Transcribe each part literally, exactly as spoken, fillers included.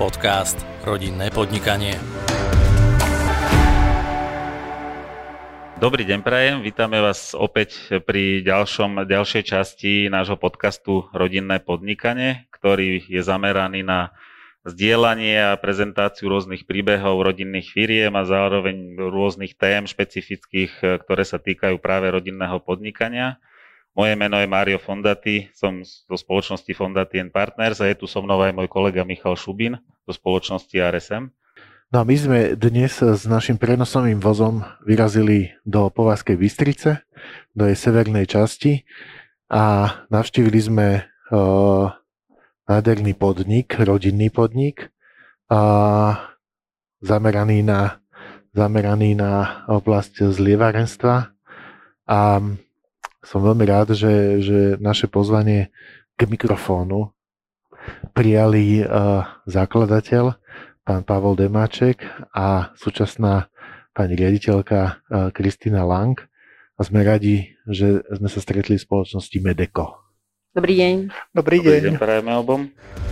Podcast Rodinné podnikanie. Dobrý deň prajem, vítame vás opäť pri ďalšom, ďalšej časti nášho podcastu Rodinné podnikanie, ktorý je zameraný na zdieľanie a prezentáciu rôznych príbehov rodinných firiem a zároveň rôznych tém špecifických, ktoré sa týkajú práve rodinného podnikania. Moje meno je Mário Fondati, som zo spoločnosti Fondati and Partners a je tu so mnou aj môj kolega Michal Šubin zo spoločnosti er es em. No a my sme dnes s našim prenosovým vozom vyrazili do Považskej Bystrice, do jej severnej časti a navštívili sme uh, nádherný podnik, rodinný podnik a zameraný na, zameraný na oblasť zlievarenstva a som veľmi rád, že, že naše pozvanie k mikrofónu prijali uh, zakladateľ, pán Pavol Demáček a súčasná pani riaditeľka Kristína Lang. A sme radi, že sme sa stretli v spoločnosti Medeco. Dobrý deň. Dobrý deň. Dobrý deň prajeme obom.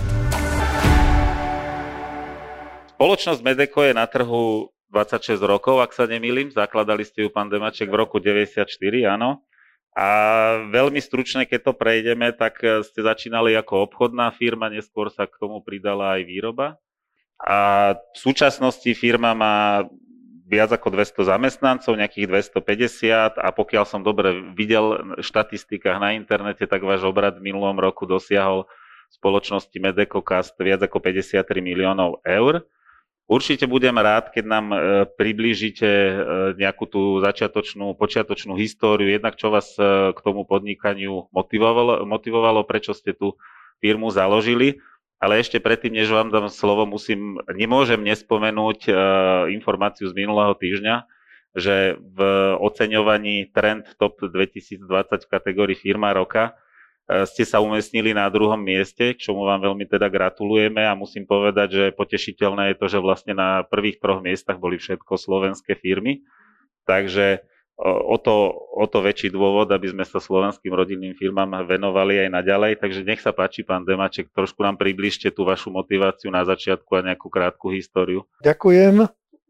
Spoločnosť Medeco je na trhu dvadsaťšesť rokov, ak sa nemýlim. Zakladali ste ju, pán Demáček, v roku deväťdesiatštyri, áno. A veľmi stručne, keď to prejdeme, tak ste začínali ako obchodná firma, neskôr sa k tomu pridala aj výroba. A v súčasnosti firma má viac ako dvesto zamestnancov, nejakých dvestopäťdesiat a pokiaľ som dobre videl v štatistikách na internete, tak váš obrad v minulom roku dosiahol v spoločnosti Medeco Cast viac ako päťdesiattri miliónov eur. Určite budem rád, keď nám priblížite nejakú tú začiatočnú, počiatočnú históriu, jednak čo vás k tomu podnikaniu motivovalo, motivovalo, prečo ste tú firmu založili. Ale ešte predtým, než vám dám slovo, musím, nemôžem nespomenúť uh, informáciu z minulého týždňa, že v oceňovaní Trend Top dvetisícdvadsať v kategórii Firma roka uh, ste sa umiestnili na druhom mieste, k čomu vám veľmi teda gratulujeme a musím povedať, že potešiteľné je to, že vlastne na prvých troch miestach boli všetko slovenské firmy, takže O to, o to väčší dôvod, aby sme sa slovenským rodinným firmám venovali aj naďalej. Takže nech sa páči, pán Demáček, trošku nám približte tú vašu motiváciu na začiatku a nejakú krátku históriu. Ďakujem.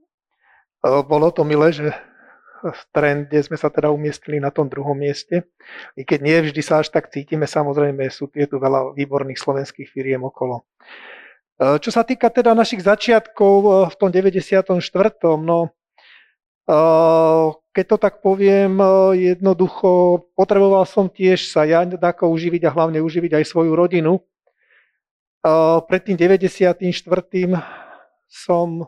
Bolo to milé, že v Trende sme sa teda umiestnili na tom druhom mieste. I keď nie vždy sa až tak cítime, samozrejme sú je tu veľa výborných slovenských firiem okolo. Čo sa týka teda našich začiatkov v tom deväťdesiatom štvrtom no keď to tak poviem, jednoducho potreboval som tiež sa ja tako uživiť a hlavne uživiť aj svoju rodinu. Pred tým deväťdesiatym štvrtým som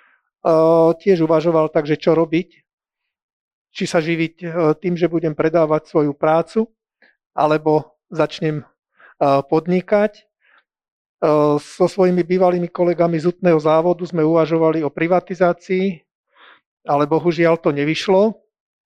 tiež uvažoval, takže čo robiť. Či sa živiť tým, že budem predávať svoju prácu, alebo začnem podnikať. So svojimi bývalými kolegami z hutného závodu sme uvažovali o privatizácii, ale bohužiaľ to nevyšlo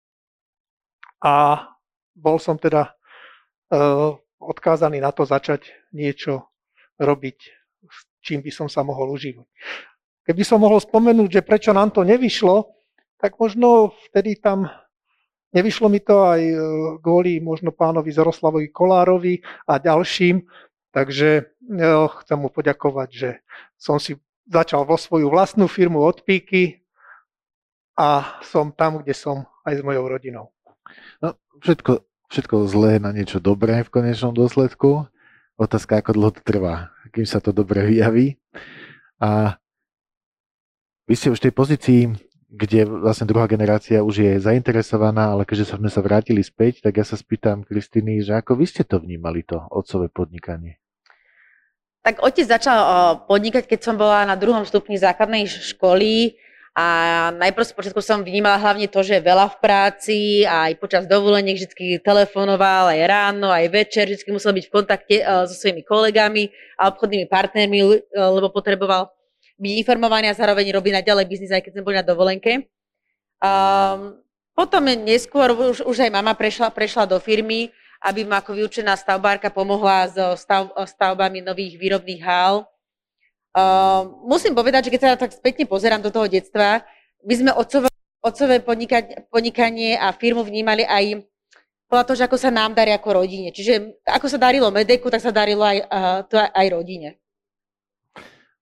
a bol som teda uh, odkázaný na to začať niečo robiť, s čím by som sa mohol užívať. Keby som mohol spomenúť, že prečo nám to nevyšlo, tak možno vtedy tam nevyšlo mi to aj kvôli možno pánovi Zoroslavovi Kolárovi a ďalším, takže uh, chcem mu poďakovať, že som si začal vo svoju vlastnú firmu od píky, a som tam, kde som aj s mojou rodinou. No, všetko, všetko zlé na niečo dobré v konečnom dôsledku. Otázka, ako dlho to trvá, kým sa to dobre vyjaví. A vy ste už v tej pozícii, kde vlastne druhá generácia už je zainteresovaná, ale keďže sme sa vrátili späť, tak ja sa spýtam Kristýny, že ako vy ste to vnímali, to otcové podnikanie? Tak otec začal podnikať, keď som bola na druhom stupni základnej školy. A najprv z počiatku som vnímala hlavne to, že je veľa v práci a aj počas dovoleniek vždy telefonoval, aj ráno, aj večer, vždy musel byť v kontakte uh, so svojimi kolegami a obchodnými partnermi, uh, lebo potreboval byť informovaný a zároveň robiť naďalej biznis, aj keď sme boli na dovolenke. Um, potom neskôr už, už aj mama prešla, prešla do firmy, aby ma ako vyučená stavbárka pomohla so stav, stavbami nových výrobných hál. Uh, musím povedať, že keď sa tak spätne pozerám do toho detstva, my sme otcové, otcové podnikanie, podnikanie a firmu vnímali aj podľa toho, že ako sa nám darí ako rodine. Čiže ako sa darilo Medecu, tak sa darilo aj, uh, to aj rodine.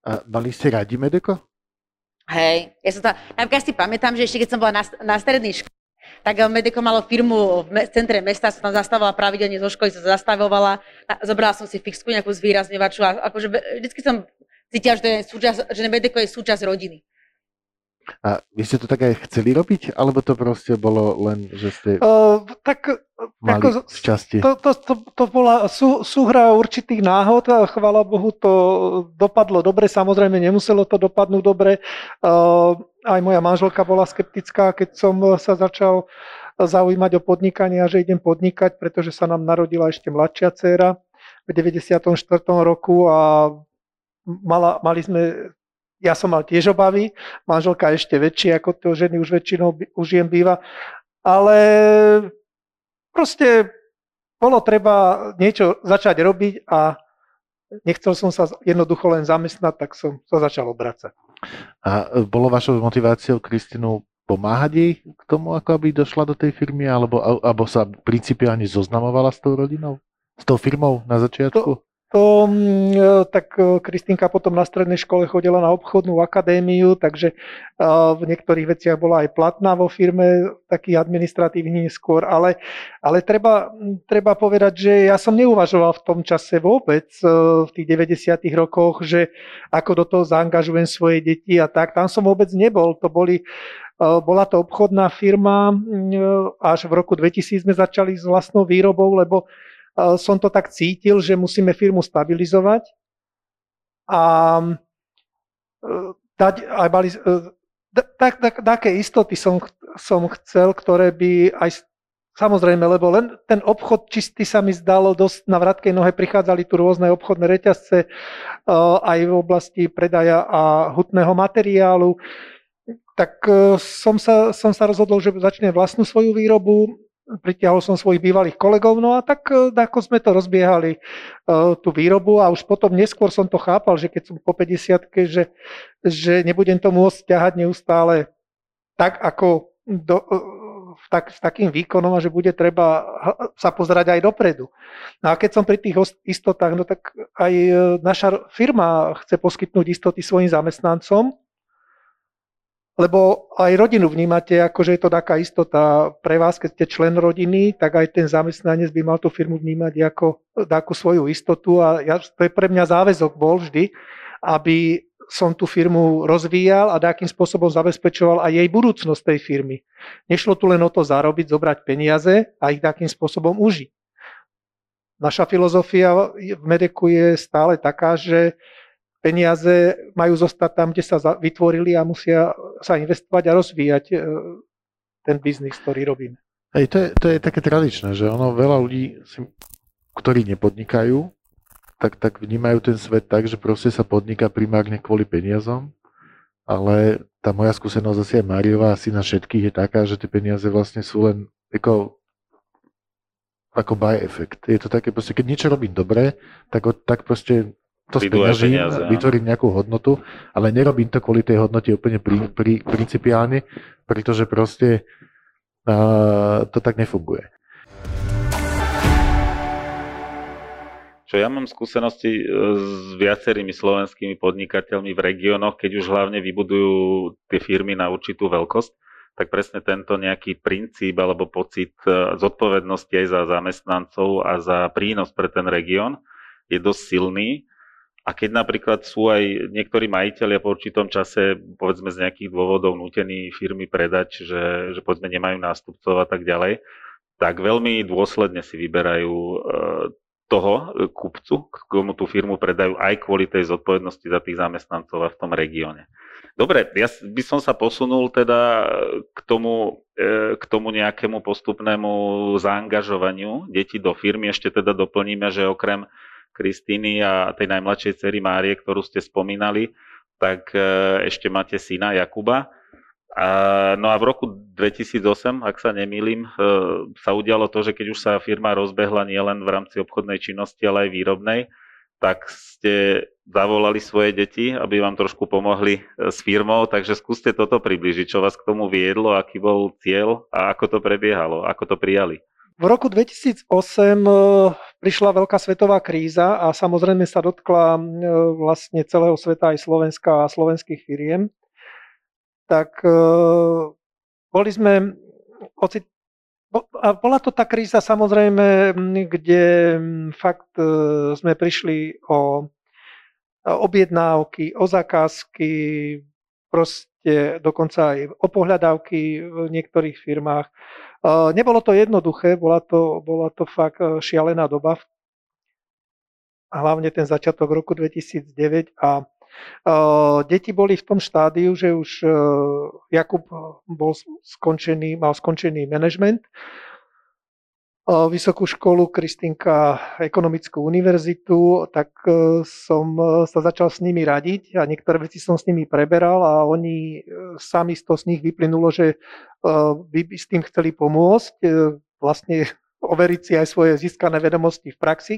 A mali ste radi Medeko? Hej, ja som to, napríklad si pamätám, že ešte keď som bola na, na strednej škole, tak Medeko malo firmu v centre mesta, som tam zastavovala pravidelne zo školy, sa zastavovala, zobrala som si fixku nejakú zvýrazňovaču a akože vždycky som cítila, že, to je súčasť, že Medeko je súčasť rodiny. A vy ste to tak aj chceli robiť? Alebo to proste bolo len, že ste uh, tak, mali ako, šťastie? To, to, to, to bola sú, súhra určitých náhod a chvála Bohu to dopadlo dobre. Samozrejme nemuselo to dopadnúť dobre. Uh, aj moja manželka bola skeptická, keď som sa začal zaujímať o podnikanie a že idem podnikať, pretože sa nám narodila ešte mladšia dcéra v deväťdesiatom štvrtom roku a mala, mali sme... Ja som mal tiež obavy, manželka ešte väčšie, ako to ženy už väčšinou už žien býva, ale proste bolo treba niečo začať robiť a nechcel som sa jednoducho len zamestnať, tak som sa začal obracať. A bolo vašou motiváciou Kristínu pomáhať jej k tomu, ako aby došla do tej firmy, alebo, alebo sa principiálne zoznamovala s tou rodinou? S tou firmou na začiatku? To, To, tak Kristínka potom na strednej škole chodila na obchodnú akadémiu, takže v niektorých veciach bola aj platná vo firme, taký administratívny skôr, ale, ale treba, treba povedať, že ja som neuvažoval v tom čase vôbec, v tých deväťdesiatych rokoch, že ako do toho zaangažujem svoje deti a tak, tam som vôbec nebol, to boli bola to obchodná firma, až v roku dvetisíc sme začali s vlastnou výrobou, lebo som to tak cítil, že musíme firmu stabilizovať a dať aj mali, tak, tak, také istoty som, som chcel, ktoré by aj samozrejme, lebo len ten obchod čistý sa mi zdalo dosť na vratkej nohe, prichádzali tu rôzne obchodné reťazce aj v oblasti predaja a hutného materiálu, tak som sa, som sa rozhodol, že začnem vlastnú svoju výrobu. Pritiahol som svojich bývalých kolegov, no a tak ako sme to rozbiehali, uh, tú výrobu a už potom neskôr som to chápal, že keď som po päťdesiatke, že, že nebudem to môcť ťahať neustále tak, ako do, uh, tak, s takým výkonom a že bude treba sa pozerať aj dopredu. No a keď som pri tých istotách, no tak aj naša firma chce poskytnúť istoty svojim zamestnancom, lebo aj rodinu vnímate, ako že je to taká istota pre vás, keď ste člen rodiny, tak aj ten zamestnanec by mal tú firmu vnímať ako takú svoju istotu a ja, to je pre mňa záväzok bol vždy, aby som tú firmu rozvíjal a takým spôsobom zabezpečoval aj jej budúcnosť tej firmy. Nešlo tu len o to zarobiť, zobrať peniaze a ich takým spôsobom užiť. Naša filozofia v Medeku je stále taká, že peniaze majú zostať tam, kde sa vytvorili a musia sa investovať a rozvíjať ten biznis, ktorý robíme. Hej, to je, to je také tradičné, že ono veľa ľudí, ktorí nepodnikajú, tak, tak vnímajú ten svet tak, že proste sa podniká primárne kvôli peniazom, ale tá moja skúsenosť asi aj Máriová, asi na všetkých je taká, že tie peniaze vlastne sú len ako, ako by effect. Je to také proste, keď niečo robím dobre, tak, tak proste to speňažím, vytvorím nejakú hodnotu, ale nerobím to kvôli tej hodnote úplne pri, pri, principiálne, pretože proste uh, to tak nefunguje. Čo ja mám skúsenosti s viacerými slovenskými podnikateľmi v regiónoch, keď už hlavne vybudujú tie firmy na určitú veľkosť, tak presne tento nejaký princíp alebo pocit zodpovednosti aj za zamestnancov a za prínos pre ten región je dosť silný. A keď napríklad sú aj niektorí majitelia po určitom čase, povedzme z nejakých dôvodov nútení firmy predať, že, že povedzme nemajú nástupcov a tak ďalej, tak veľmi dôsledne si vyberajú toho kupcu, komu tú firmu predajú aj kvôli tej zodpovednosti za tých zamestnancov v tom regióne. Dobre, ja by som sa posunul teda k tomu, k tomu nejakému postupnému zaangažovaniu detí do firmy. Ešte teda doplníme, že okrem Kristíny a tej najmladšej dcery Márie, ktorú ste spomínali, tak ešte máte syna Jakuba. No a v roku dvetisícosem, ak sa nemýlim, sa udialo to, že keď už sa firma rozbehla nielen v rámci obchodnej činnosti, ale aj výrobnej, tak ste zavolali svoje deti, aby vám trošku pomohli s firmou, takže skúste toto približiť, čo vás k tomu viedlo, aký bol cieľ a ako to prebiehalo, ako to prijali. V roku dvetisícosem prišla veľká svetová kríza a samozrejme sa dotkla vlastne celého sveta, aj Slovenska a slovenských firiem. Tak boli sme, ocit, a bola to tá kríza samozrejme, kde fakt sme prišli o objednávky, o zakázky, proste dokonca aj o pohľadávky v niektorých firmách. Nebolo to jednoduché, bola to, bola to fakt šialená doba, hlavne ten začiatok roku dvetisícdeväť a deti boli v tom štádiu, že už Jakub bol skončený, mal skončený manažment, vysokú školu, Kristinka ekonomickú univerzitu, tak som sa začal s nimi radiť a niektoré veci som s nimi preberal a oni sami z toho z nich vyplynulo, že by s tým chceli pomôcť, vlastne overiť si aj svoje získané vedomosti v praxi.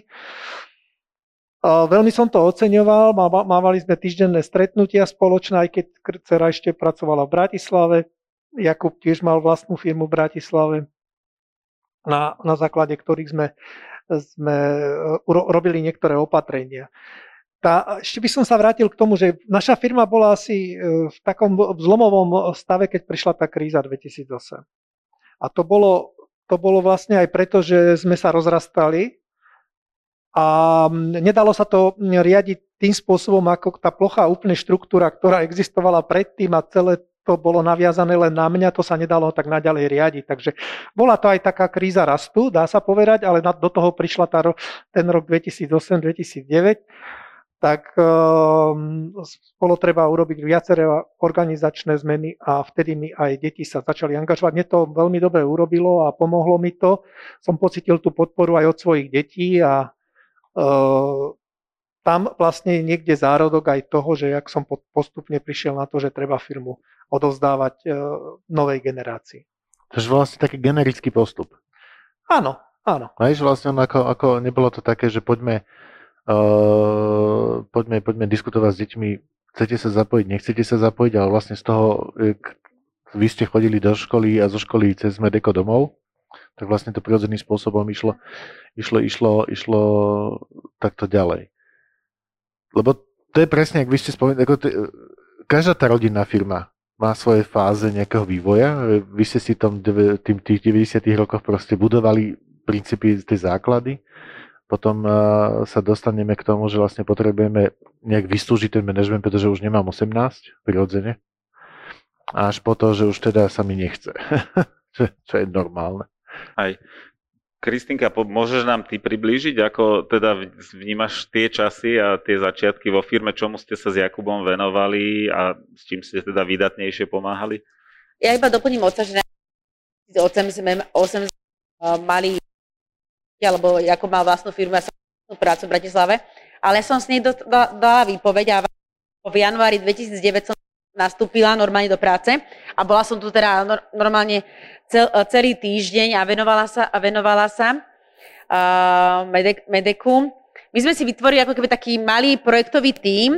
Veľmi som to oceňoval, mávali sme týždenné stretnutia spoločné, aj keď dcera ešte pracovala v Bratislave. Jakub tiež mal vlastnú firmu v Bratislave, na, na základe ktorých sme, sme robili niektoré opatrenia. Tá, ešte by som sa vrátil k tomu, že naša firma bola asi v takom zlomovom stave, keď prišla tá kríza dvetisícosem. A to bolo, to bolo vlastne aj preto, že sme sa rozrastali, a nedalo sa to riadiť tým spôsobom, ako tá plochá úplne štruktúra, ktorá existovala predtým a celé to bolo naviazané len na mňa, to sa nedalo tak naďalej riadiť. Takže bola to aj taká kríza rastu, dá sa povedať, ale do toho prišla tá, ten rok dvetisícosem dvetisícdeväť, tak um, bolo treba urobiť viaceré organizačné zmeny a vtedy mi aj deti sa začali angažovať. Mne to veľmi dobre urobilo a pomohlo mi to. Som pocitil tú podporu aj od svojich detí a Uh, tam vlastne je niekde zárodok aj toho, že jak som postupne prišiel na to, že treba firmu odovzdávať uh, novej generácii. Takže vlastne taký generický postup. Áno, áno. A vlastne ako, ako nebolo to také, že poďme, uh, poďme, poďme diskutovať s deťmi, chcete sa zapojiť, nechcete sa zapojiť, ale vlastne z toho, vy ste chodili do školy a zo školy cez Medeko domov, tak vlastne to prirodzeným spôsobom išlo, išlo, išlo, išlo takto ďalej. Lebo to je presne, ak vy ste spomenuli, ako t- každá tá rodinná firma má svoje fáze nejakého vývoja. Vy ste si tom tým tých deväťdesiatych rokoch proste budovali princípy, tie základy. Potom uh, sa dostaneme k tomu, že vlastne potrebujeme nejak vystúžiť ten manažment, pretože už nemám osemnásť, prirodzene. Až po to, že už teda sa mi nechce. čo, čo je normálne. Aj. Kristinka, môžeš nám ty priblížiť, ako teda vnímaš tie časy a tie začiatky vo firme, čomu ste sa s Jakubom venovali a s čím ste teda výdatnejšie pomáhali? Ja iba doplním otca, že osem sme osem mali, alebo Jakub mal vlastnú firmu, ja som vlastnú prácu v Bratislave, ale ja som s nej dala výpoveď a v januári dvetisícdeväť som nastúpila normálne do práce a bola som tu teda normálne cel, celý týždeň a venovala sa, a venovala sa uh, Medek, Medeku. My sme si vytvorili ako keby taký malý projektový tím.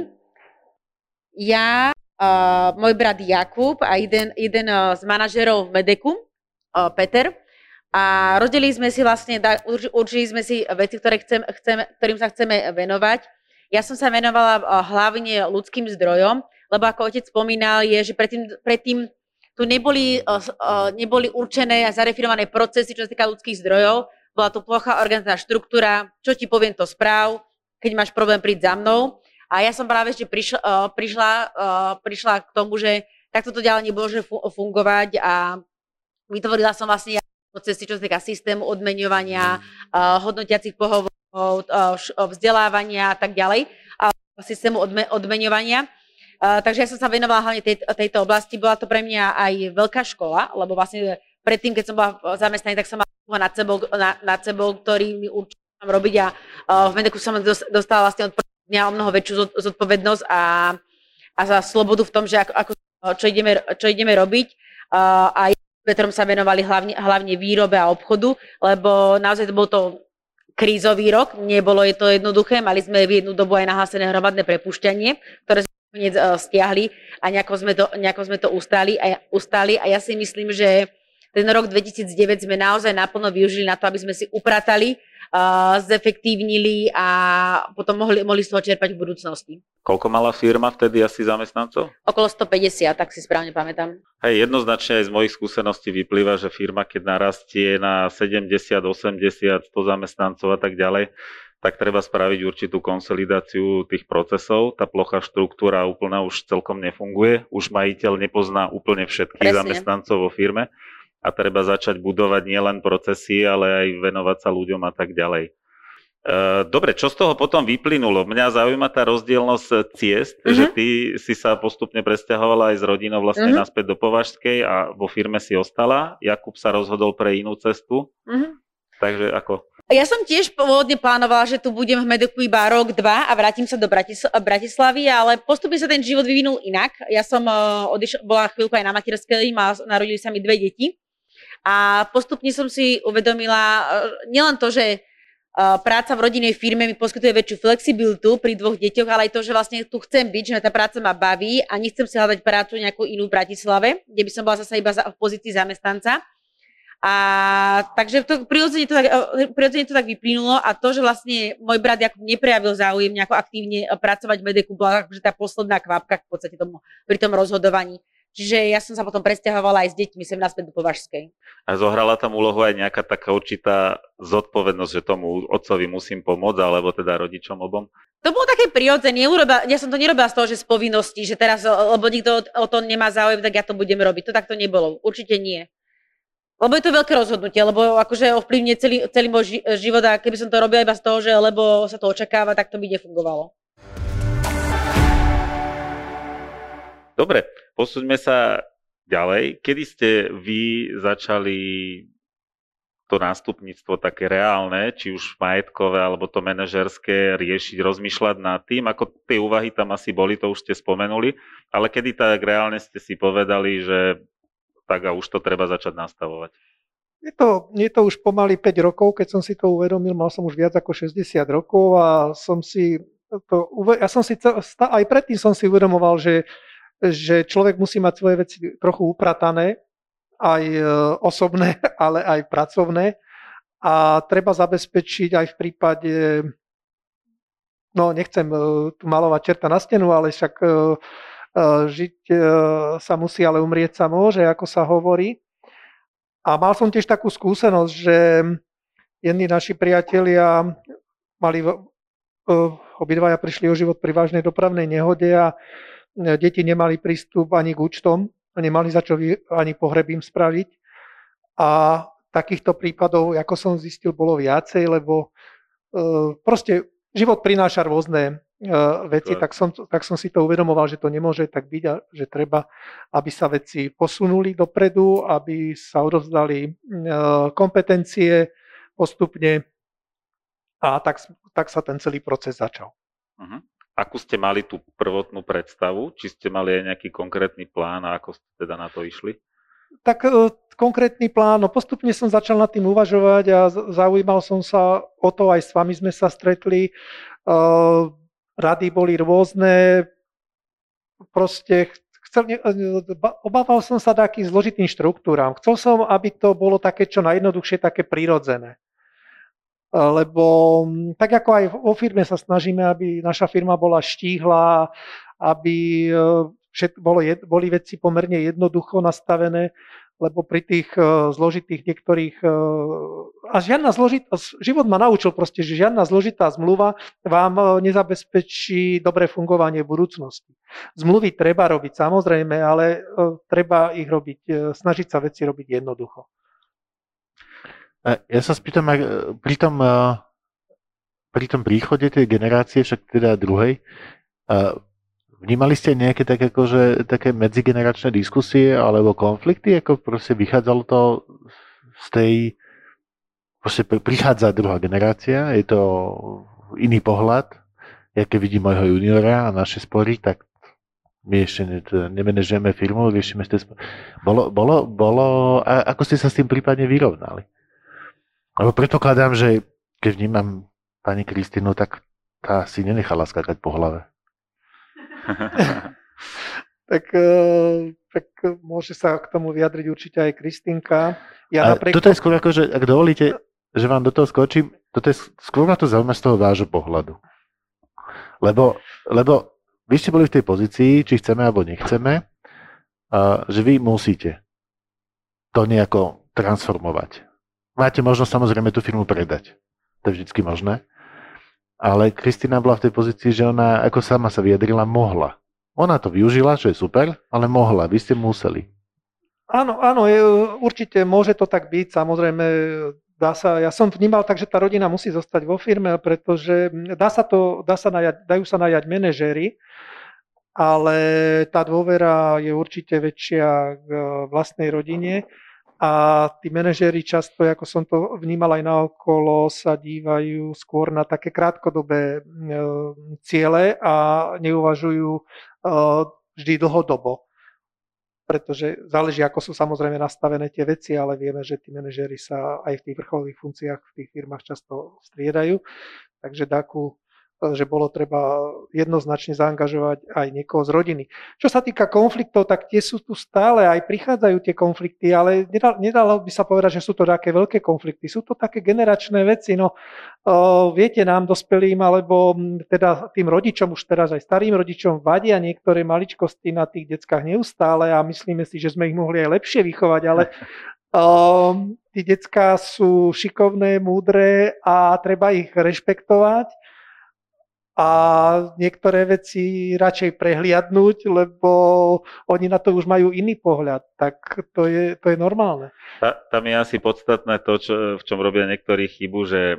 Ja, uh, môj brat Jakub a jeden, jeden uh, z manažerov v Medeku, uh, Peter. A rozdelili sme si vlastne, určili sme si veci, ktoré chcem, chcem, ktorým sa chceme venovať. Ja som sa venovala uh, hlavne ľudským zdrojom, lebo ako otec spomínal, je, že predtým, predtým tu neboli, uh, uh, neboli určené a zarefinované procesy, čo sa týka ľudských zdrojov. Bola to plochá organizačná štruktúra, čo ti poviem, to správ, keď máš problém, príď za mnou. A ja som práve ešte prišla, uh, prišla, uh, prišla k tomu, že takto to ďalej nemôže fungovať a vytvorila som vlastne procesy, čo sa týka systému odmeňovania, uh, hodnotiacich pohovorov, uh, vzdelávania a tak ďalej, a systému odme- odmeňovania. Uh, takže ja som sa venovala hlavne tej, tejto oblasti. Bola to pre mňa aj veľká škola, lebo vlastne predtým, keď som bola zamestnaná, tak som mala nad sebou, na, nad sebou, ktorý mi určite mám robiť a uh, v Medeku som dostala vlastne od prvého dňa o mnoho väčšiu zodpovednosť a, a za slobodu v tom, že ako, ako, čo, ideme, čo ideme robiť. Uh, a Petrom sa venovali hlavne, hlavne výrobe a obchodu, lebo naozaj to bol to krízový rok, nebolo je to jednoduché, mali sme v jednu dobu aj nahlásené hromadné prepušťanie, ktoré stiahli a nejako sme to, nejako sme to ustali, a, ustali a ja si myslím, že ten rok dvetisícdeväť sme naozaj naplno využili na to, aby sme si upratali uh, zefektívnili a potom mohli, mohli z toho čerpať v budúcnosti. Koľko mala firma vtedy asi zamestnancov? Okolo stopäťdesiat, tak si správne pamätám. Hej, jednoznačne aj z mojich skúseností vyplýva, že firma, keď narastie na sedemdesiat, osemdesiat, sto zamestnancov a tak ďalej, tak treba spraviť určitú konsolidáciu tých procesov. Tá plochá štruktúra úplná už celkom nefunguje. Už majiteľ nepozná úplne všetkých Presne. zamestnancov vo firme a treba začať budovať nielen procesy, ale aj venovať sa ľuďom a tak ďalej. Dobre, čo z toho potom vyplynulo? Mňa zaujíma tá rozdielnosť ciest, mm-hmm. že ty si sa postupne presťahovala aj s rodinou vlastne mm-hmm. naspäť do Považskej a vo firme si ostala. Jakub sa rozhodol pre inú cestu. Mm-hmm. Takže ako? Ja som tiež pôvodne plánovala, že tu budem v Medeku iba rok, dva a vrátim sa do Bratis- Bratislavy, ale postupne sa ten život vyvinul inak. Ja som uh, odiš- bola chvíľku aj na materskej, mal, narodili sa mi dve deti a postupne som si uvedomila uh, nielen to, že Uh, práca v rodinnej firme mi poskytuje väčšiu flexibilitu pri dvoch deťoch, ale aj to, že vlastne tu chcem byť, že tá práca ma baví a nechcem si hľadať prácu nejakú inú v Bratislave, kde by som bola zase iba za, v pozícii zamestnanca. A takže to, prirodzene, to tak, prirodzene to tak vyplynulo a to, že vlastne môj brat Jakub neprejavil záujem nejako aktívne pracovať v Medeku, bola akože tá posledná kvapka v podstate tomu, pri tom rozhodovaní. Čiže ja som sa potom presťahovala aj s deťmi sem naspäť do Považskej. A zohrala tam úlohu aj nejaká taká určitá zodpovednosť, že tomu otcovi musím pomôcť, alebo teda rodičom obom? To bolo také prirodzené. Ja som to nerobila z toho, že z povinnosti, že teraz, lebo nikto o to nemá záujem, tak ja to budem robiť. To takto nebolo. Určite nie. Lebo je to veľké rozhodnutie, lebo akože ovplyvne celý, celý môj život a keby som to robila iba z toho, že lebo sa to očakáva, tak to by nefungovalo. Dobre, posúďme sa ďalej. Kedy ste vy začali to nástupníctvo také reálne, či už majetkové, alebo to manažerské, riešiť, rozmýšľať nad tým, ako tie úvahy tam asi boli, to už ste spomenuli, ale kedy tak reálne ste si povedali, že tak a už to treba začať nastavovať? Je to, je to už pomaly päť rokov, keď som si to uvedomil, mal som už viac ako šesťdesiat rokov a som si to, ja som si, aj predtým som si uvedomoval, že že človek musí mať svoje veci trochu upratané, aj osobné, ale aj pracovné a treba zabezpečiť aj v prípade, no nechcem tu malovať čerta na stenu, ale však žiť sa musí, ale umrieť sa môže, ako sa hovorí. A mal som tiež takú skúsenosť, že jedni naši priatelia mali, obidvaja prišli o život pri vážnej dopravnej nehode a deti nemali prístup ani k účtom, nemali za čo ani pohreb im spraviť. A takýchto prípadov, ako som zistil, bolo viacej, lebo e, proste život prináša rôzne e, veci, tak som, tak som si to uvedomoval, že to nemôže tak byť a že treba, aby sa veci posunuli dopredu, aby sa odovzdali e, kompetencie postupne a tak, tak sa ten celý proces začal. Uh-huh. Akú ste mali tú prvotnú predstavu? Či ste mali aj nejaký konkrétny plán a ako ste teda na to išli? Tak e, konkrétny plán, no postupne som začal nad tým uvažovať a zaujímal som sa o to, aj s vami sme sa stretli. E, rady boli rôzne, proste chcel, obával som sa takým zložitým štruktúram. Chcel som, aby to bolo také čo najjednoduchšie, také prirodzené. Lebo tak ako aj vo firme sa snažíme, aby naša firma bola štíhla, aby všet, bolo, boli veci pomerne jednoducho nastavené, lebo pri tých zložitých niektorých... A žiadna zložitá... Život ma naučil proste, že žiadna zložitá zmluva vám nezabezpečí dobré fungovanie v budúcnosti. Zmluvy treba robiť samozrejme, ale treba ich robiť, snažiť sa veci robiť jednoducho. Ja sa spýtam, pri tom, pri tom príchode tej generácie, však teda druhej, vnímali ste nejaké tak akože, také medzigeneračné diskusie alebo konflikty, ako proste vychádzalo to z tej, proste prichádza druhá generácia, je to iný pohľad, ja keď vidím môjho juniora a naše spory, tak my ešte nemenežujeme firmu, riešime ste spory. Bolo, bolo, bolo, a ako ste sa s tým prípadne vyrovnali? Lebo predpokladám, že keď vnímam pani Kristínu, tak tá si nenechala skakať po hlave. tak, tak môže sa k tomu vyjadriť určite aj Kristínka. Ja napriek... napriek... Toto je skôr ako, že ak dovolíte, že vám do toho skočím, toto je, skôr ma to zaujíma z toho vášho pohľadu. Lebo, lebo vy ste boli v tej pozícii, či chceme alebo nechceme, a, že vy musíte to nejako transformovať. Máte možnosť samozrejme tú firmu predať. To je vždycky možné. Ale Kristína bola v tej pozícii, že ona, ako sama sa vyjadrila, mohla. Ona to využila, čo je super, ale mohla. Vy ste museli. Áno, áno, je, určite môže to tak byť. Samozrejme, dá sa, ja som vnímal tak, že tá rodina musí zostať vo firme, pretože dá sa to, dá sa najať, dajú sa najať manažéri, ale tá dôvera je určite väčšia k vlastnej rodine. A tí manažéri často, ako som to vnímal aj naokolo, sa dívajú skôr na také krátkodobé ciele a neuvažujú vždy dlhodobo. Pretože záleží, ako sú samozrejme nastavené tie veci, ale vieme, že tí manažéri sa aj v tých vrcholových funkciách v tých firmách často striedajú. Takže takú, že bolo treba jednoznačne zaangažovať aj niekoho z rodiny. Čo sa týka konfliktov, tak tie sú tu stále, aj prichádzajú tie konflikty, ale nedalo, nedalo by sa povedať, že sú to také veľké konflikty. Sú to také generačné veci. No, uh, viete, nám dospelým, alebo teda tým rodičom, už teraz aj starým rodičom vadia niektoré maličkosti na tých deckách neustále a myslíme si, že sme ich mohli aj lepšie vychovať, ale uh, tí decká sú šikovné, múdre a treba ich rešpektovať. A niektoré veci radšej prehliadnúť, lebo oni na to už majú iný pohľad, tak to je, to je normálne. Ta, tam je asi podstatné to, čo, v čom robia niektorí chybu, že e,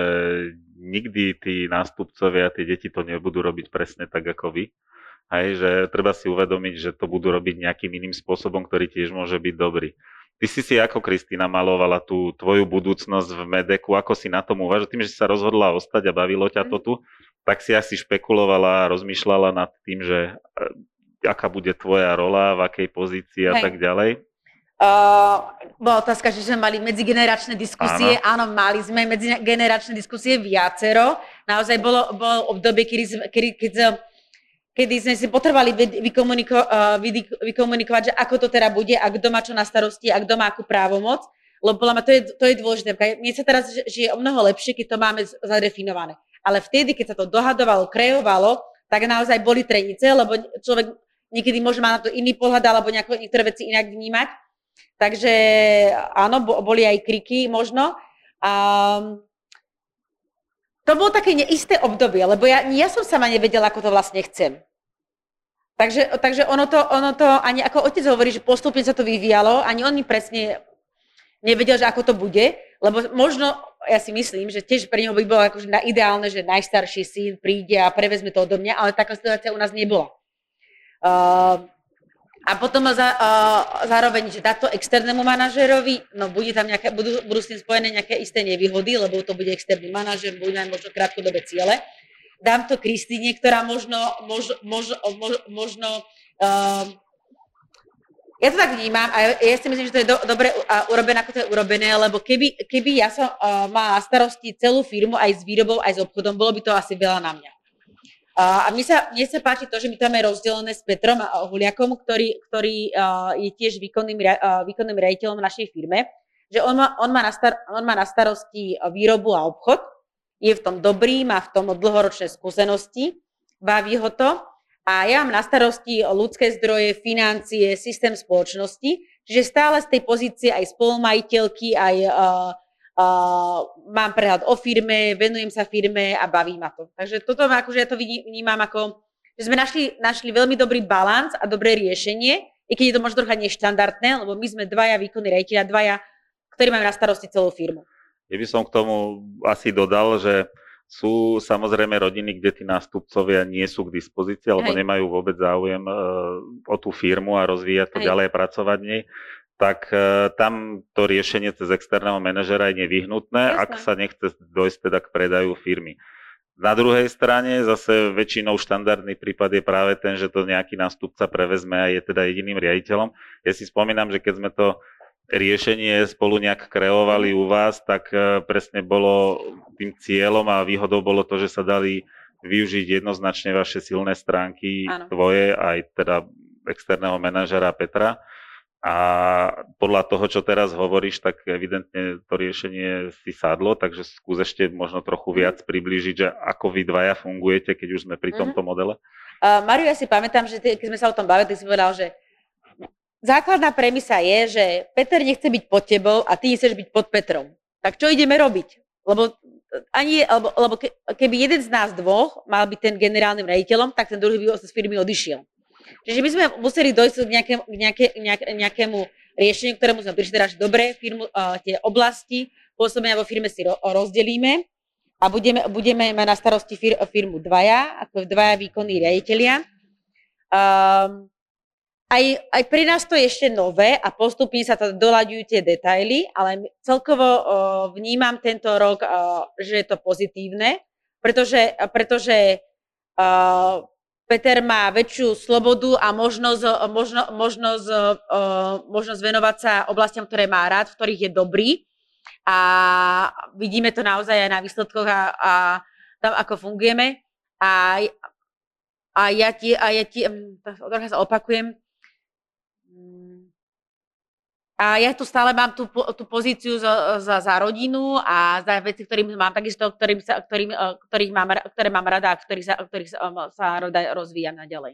nikdy tí nástupcovia, tie deti to nebudú robiť presne tak ako vy. Hej, že treba si uvedomiť, že to budú robiť nejakým iným spôsobom, ktorý tiež môže byť dobrý. Ty si si ako Kristína malovala tú tvoju budúcnosť v Medeku, ako si na tom uvažovala, tým, že si sa rozhodla ostať a bavilo ťa to tu, tak si asi špekulovala a rozmýšľala nad tým, že aká bude tvoja rola, v akej pozícii a Hej. tak ďalej. Uh, bola otázka, že sme mali medzigeneračné diskusie. Áno. Áno, mali sme medzigeneračné diskusie viacero. Naozaj bolo, bolo obdobie, kedy, kedy, kedy, kedy sme si potrebovali vykomuniko, uh, vykomunikovať, že ako to teda bude a kto má čo na starosti a kto má akú právomoc. Lebo podľa mňa to je, to je dôležité. Mne sa teraz žije o mnoho lepšie, keď to máme zadefinované. Ale vtedy, keď sa to dohadovalo, kreovalo, tak naozaj boli trenice, lebo človek niekedy môže mať na to iný pohľad alebo nejako, niektoré veci inak vnímať. Takže áno, boli aj kriky možno. Um, to bolo také neisté obdobie, lebo ja, ja som sama nevedela, ako to vlastne chcem. Takže, takže ono, to, ono to, ani ako otec hovorí, že postupne sa to vyvíjalo, ani on mi presne nevedel, že ako to bude, lebo možno, ja si myslím, že tiež pre neho by bolo akože ideálne, že najstarší syn príde a prevezme to odo mňa, ale taká situácia u nás nebola. Uh, a potom za, uh, zároveň, že dá to externému manažérovi, no bude tam nejaké, budú, budú s tým spojené nejaké isté nevýhody, lebo to bude externý manažér, bude mať možno krátkodobé ciele. Dám to Kristíne, ktorá možno, mož, mož, mož, možno uh, ja to tak vnímam a ja si myslím, že to je do, dobre uh, urobené, ako to je urobené, lebo keby, keby ja som uh, mala na starosti celú firmu aj s výrobou, aj s obchodom, bolo by to asi veľa na mňa. Uh, a mne sa, mne sa páči to, že my to máme rozdelené s Petrom a Huliakom, ktorý, ktorý uh, je tiež výkonným, uh, výkonným riaditeľom v našej firme, že on má, on, má na star, on má na starosti výrobu a obchod, je v tom dobrý, má v tom dlhoročné skúsenosti, baví ho to. A ja mám na starosti ľudské zdroje, financie, systém spoločnosti, čiže stále z tej pozície aj spolumajiteľky, aj uh, uh, mám prehľad o firme, venujem sa firme a baví ma to. Takže toto akože ja to vnímam ako, že sme našli, našli veľmi dobrý balans a dobré riešenie, i keď je to možno trocha neštandardné, lebo my sme dvaja výkonní riaditelia, dvaja, ktorí majú na starosti celú firmu. Ja by som k tomu asi dodal, že sú samozrejme rodiny, kde tí nástupcovia nie sú k dispozícii, alebo Hej. nemajú vôbec záujem uh, o tú firmu a rozvíjať to Hej. ďalej, pracovať v nej, tak uh, tam to riešenie cez externého manažera je nevyhnutné, Jasne. Ak sa nechce dojsť teda k predaju firmy. Na druhej strane zase väčšinou štandardný prípad je práve ten, že to nejaký nástupca prevezme a je teda jediným riaditeľom. Ja si spomínam, že keď sme to riešenie spolu nejak kreovali u vás, tak presne bolo tým cieľom a výhodou bolo to, že sa dali využiť jednoznačne vaše silné stránky, Áno. tvoje, aj teda externého manažera Petra. A podľa toho, čo teraz hovoríš, tak evidentne to riešenie si sadlo, takže skús ešte možno trochu viac priblížiť, že ako vy dvaja fungujete, keď už sme pri tomto mm-hmm. modele. Uh, Mariu, ja si pamätám, že ty, keď sme sa o tom bavili, ty si povedal, že základná premisa je, že Peter nechce byť pod tebou a ty nechceš byť pod Petrom. Tak čo ideme robiť? Lebo, ani, lebo, lebo ke, keby jeden z nás dvoch mal byť ten generálnym riaditeľom, tak ten druhý by z firmy odišiel. Čiže my sme museli dojsť k nejakému, nejaké, nejaké, nejakému riešeniu, ktorému sme prišli teda, že dobre, firmu, uh, tie oblasti pôsobenia vo firme si ro, rozdelíme a budeme, budeme mať na starosti fir, firmu dvaja, ako dvaja výkonní riaditeľia. Um, aj, aj pri nás to je ešte nové a postupne sa to doľaďujú tie detaily, ale celkovo uh, vnímam tento rok, uh, že je to pozitívne, pretože, pretože uh, Peter má väčšiu slobodu a možnosť, možno, možnosť, uh, možnosť venovať sa oblastiam, ktoré má rád, v ktorých je dobrý. A vidíme to naozaj aj na výsledkoch a, a tam, ako fungujeme. A, a ja ti, a ja ti, trocha sa opakujem, a ja tu stále mám tú, tú pozíciu za, za, za rodinu a za veci, ktorým mám takisto, ktorým sa, ktorým, ktorých mám, ktoré mám rada a v ktorých sa, ktorých sa, sa rada rozvíjam naďalej.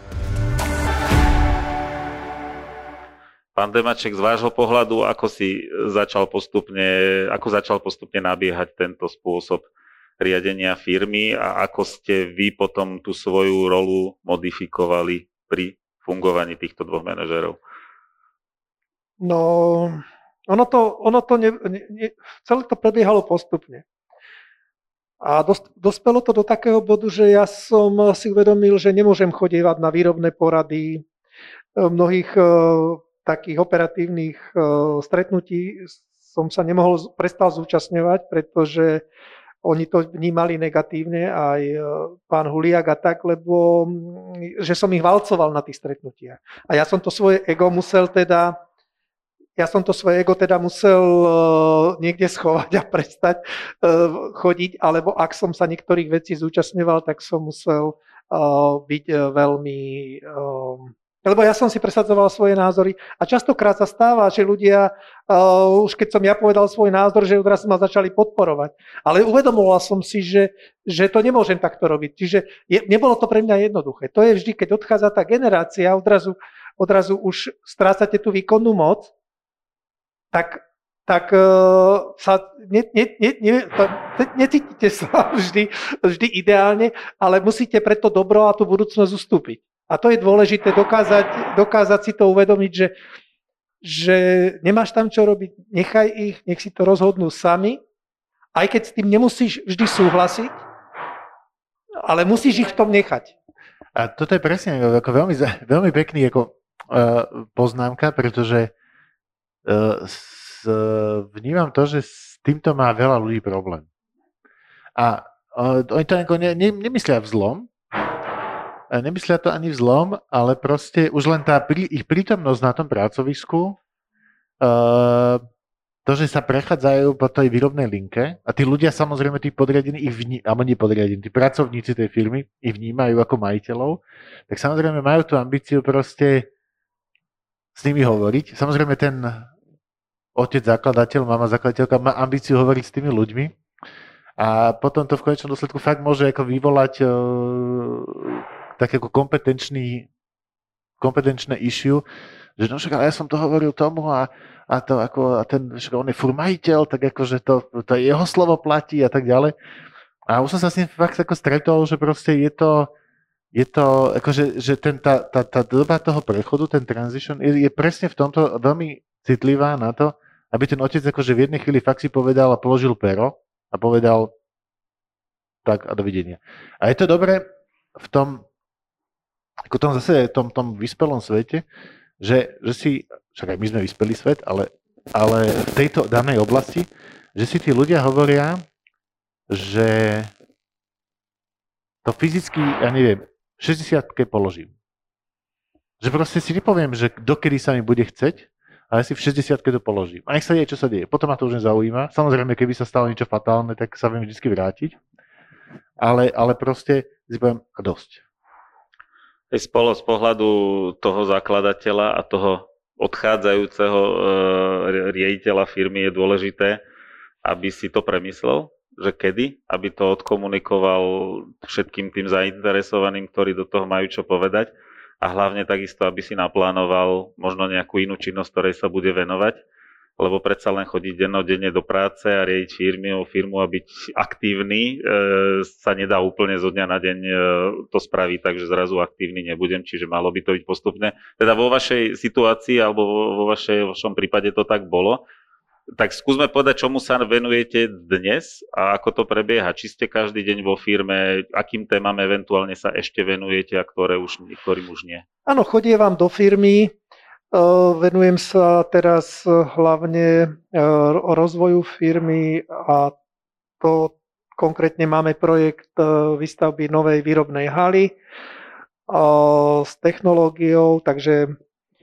Pán Demaček, z vášho pohľadu, ako si začal postupne, ako začal postupne nabiehať tento spôsob riadenia firmy a ako ste vy potom tú svoju rolu modifikovali pri fungovaní týchto dvoch manažérov? No, ono to, ono to ne, ne, celé to prebiehalo postupne. A dos, dospelo to do takého bodu, že ja som si uvedomil, že nemôžem chodievať na výrobné porady, mnohých uh, takých operatívnych uh, stretnutí som sa nemohol, prestal zúčastňovať, pretože oni to vnímali negatívne, aj uh, pán Huliak a tak, lebo že som ich valcoval na tých stretnutiach. A ja som to svoje ego musel teda Ja som to svoje ego teda musel uh, niekde schovať a prestať uh, chodiť, alebo ak som sa niektorých vecí zúčastňoval, tak som musel uh, byť uh, veľmi... Uh, lebo ja som si presadzoval svoje názory a častokrát sa stáva, že ľudia, uh, už keď som ja povedal svoj názor, že odrazu ma začali podporovať. Ale uvedomoval som si, že, že to nemôžem takto robiť. Čiže je, nebolo to pre mňa jednoduché. To je vždy, keď odchádza tá generácia, odrazu, odrazu už strácate tú výkonnú moc, tak, tak uh, sa ne, ne, ne, ne, necítite sa vždy, vždy ideálne, ale musíte pre to dobro a tú budúcnosť ustúpiť. A to je dôležité dokázať, dokázať si to uvedomiť, že, že nemáš tam čo robiť, nechaj ich, nech si to rozhodnú sami, aj keď s tým nemusíš vždy súhlasiť, ale musíš ich v tom nechať. A toto je presne ako veľmi, veľmi pekný ako, uh, poznámka, pretože S, vnímam to, že s týmto má veľa ľudí problém. A uh, oni to ne, ne, nemyslia v zlom, nemyslia to ani v zlom, ale proste už len tá prí, ich prítomnosť na tom pracovisku, uh, to, že sa prechádzajú po tej výrobnej linke a tí ľudia samozrejme, tí podriadení, ich vní, alebo nie podriadení, tí pracovníci tej firmy ich vnímajú ako majiteľov, tak samozrejme majú tú ambíciu proste s nimi hovoriť. Samozrejme ten otec zakladateľ, mama zakladateľka má ambíciu hovoriť s tými ľuďmi a potom to v konečnom dôsledku fakt môže ako vyvolať uh, tak ako kompetenčný kompetenčné issue, že no však, ale ja som to hovoril tomu a, a to ako, a ten, však on je furt majiteľ, tak akože to, to jeho slovo platí a tak ďalej. A už som sa s ním fakt ako stretol, že proste je to je to, akože, že ten, tá, tá, tá doba toho prechodu, ten transition je, je presne v tomto veľmi citlivá na to, aby ten otec akože v jednej chvíli fakt si povedal a položil pero a povedal tak a dovidenia. A je to dobré v tom, ako tom zase tom, tom vyspelom svete, že, že si, však aj my sme vyspelý svet, ale, ale v tejto danej oblasti, že si tí ľudia hovoria, že to fyzicky, ja neviem, šesťdesiatke položím. Že proste si nepoviem, že dokedy sa mi bude chceť, ale si v šesťdesiatke to položím. A nech sa deje, čo sa deje. Potom ma to už nezaujíma. Samozrejme, keby sa stalo niečo fatálne, tak sa viem vždy vrátiť. Ale, ale proste si poviem, dosť. Spolo z pohľadu toho zakladateľa a toho odchádzajúceho riaditeľa firmy je dôležité, aby si to premyslel, že kedy, aby to odkomunikoval všetkým tým zainteresovaným, ktorí do toho majú čo povedať a hlavne takisto, aby si naplánoval možno nejakú inú činnosť, ktorej sa bude venovať, lebo predsa len chodiť dennodenne do práce a riadiť firmy, firmu a byť aktívny e, sa nedá úplne zo dňa na deň e, to spraviť, takže zrazu aktívny nebudem, čiže malo by to byť postupne. Teda vo vašej situácii alebo vo, vo vašej, vašom prípade to tak bolo. Tak skúsme povedať, čomu sa venujete dnes a ako to prebieha. Či ste každý deň vo firme, akým témam eventuálne sa ešte venujete a ktoré už, ktorým už nie? Áno, chodievam do firmy. Venujem sa teraz hlavne rozvoju firmy a to konkrétne máme projekt výstavby novej výrobnej haly s technológiou, takže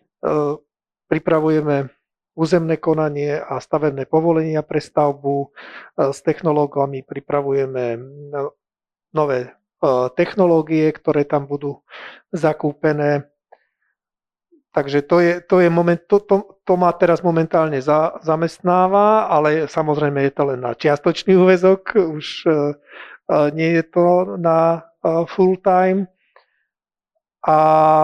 pripravujeme územné konanie a stavebné povolenia pre stavbu. S technológami pripravujeme nové technológie, ktoré tam budú zakúpené. Takže to, je, to, je moment, to, to, to ma teraz momentálne za, zamestnáva, ale samozrejme je to len na čiastočný úväzok, už uh, nie je to na uh, full time. A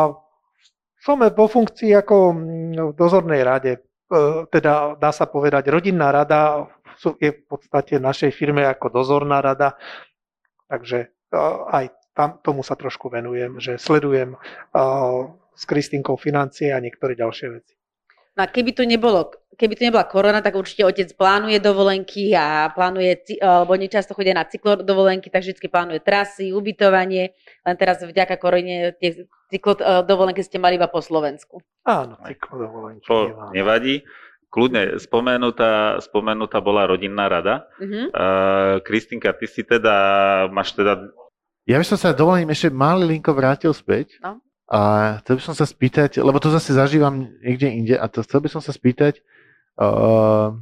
som vo funkcii ako v dozornej rade, uh, teda dá sa povedať rodinná rada je v podstate v našej firme ako dozorná rada, takže uh, aj tam tomu sa trošku venujem, že sledujem uh, s Kristínkou financie a niektoré ďalšie veci. No a keby to nebolo, keby to nebola korona, tak určite otec plánuje dovolenky a plánuje, lebo nečasto chodia na cyklodovolenky, tak vždy plánuje trasy, ubytovanie. Len teraz vďaka korone tie cyklodovolenky ste mali iba po Slovensku. Áno, cyklodovolenky. To nevadí. Kľudne, spomenutá, spomenutá bola rodinná rada. Uh-huh. Uh, Kristínka, ty si teda, máš teda... Ja by som sa dovolím ešte malinko vrátil späť. No. A chcel by som sa spýtať, lebo to zase zažívam niekde inde, a to chcel by som sa spýtať, uh,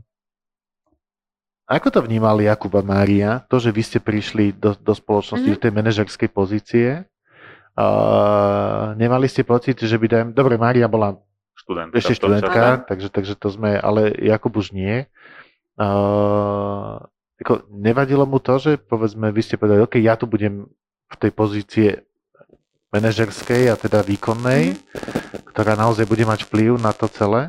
ako to vnímali Jakub a Mária, to, že vy ste prišli do, do spoločnosti, mm-hmm. do tej manažerskej pozície, uh, nemali ste pocit, že by dajem, dobre, Mária bola študentka, ešte študentka, takže, takže to sme, ale Jakub už nie. Uh, ako, nevadilo mu to, že povedzme, vy ste povedali, ok, ja tu budem v tej pozície manažerskej a teda výkonnej, mm. ktorá naozaj bude mať vplyv na to celé.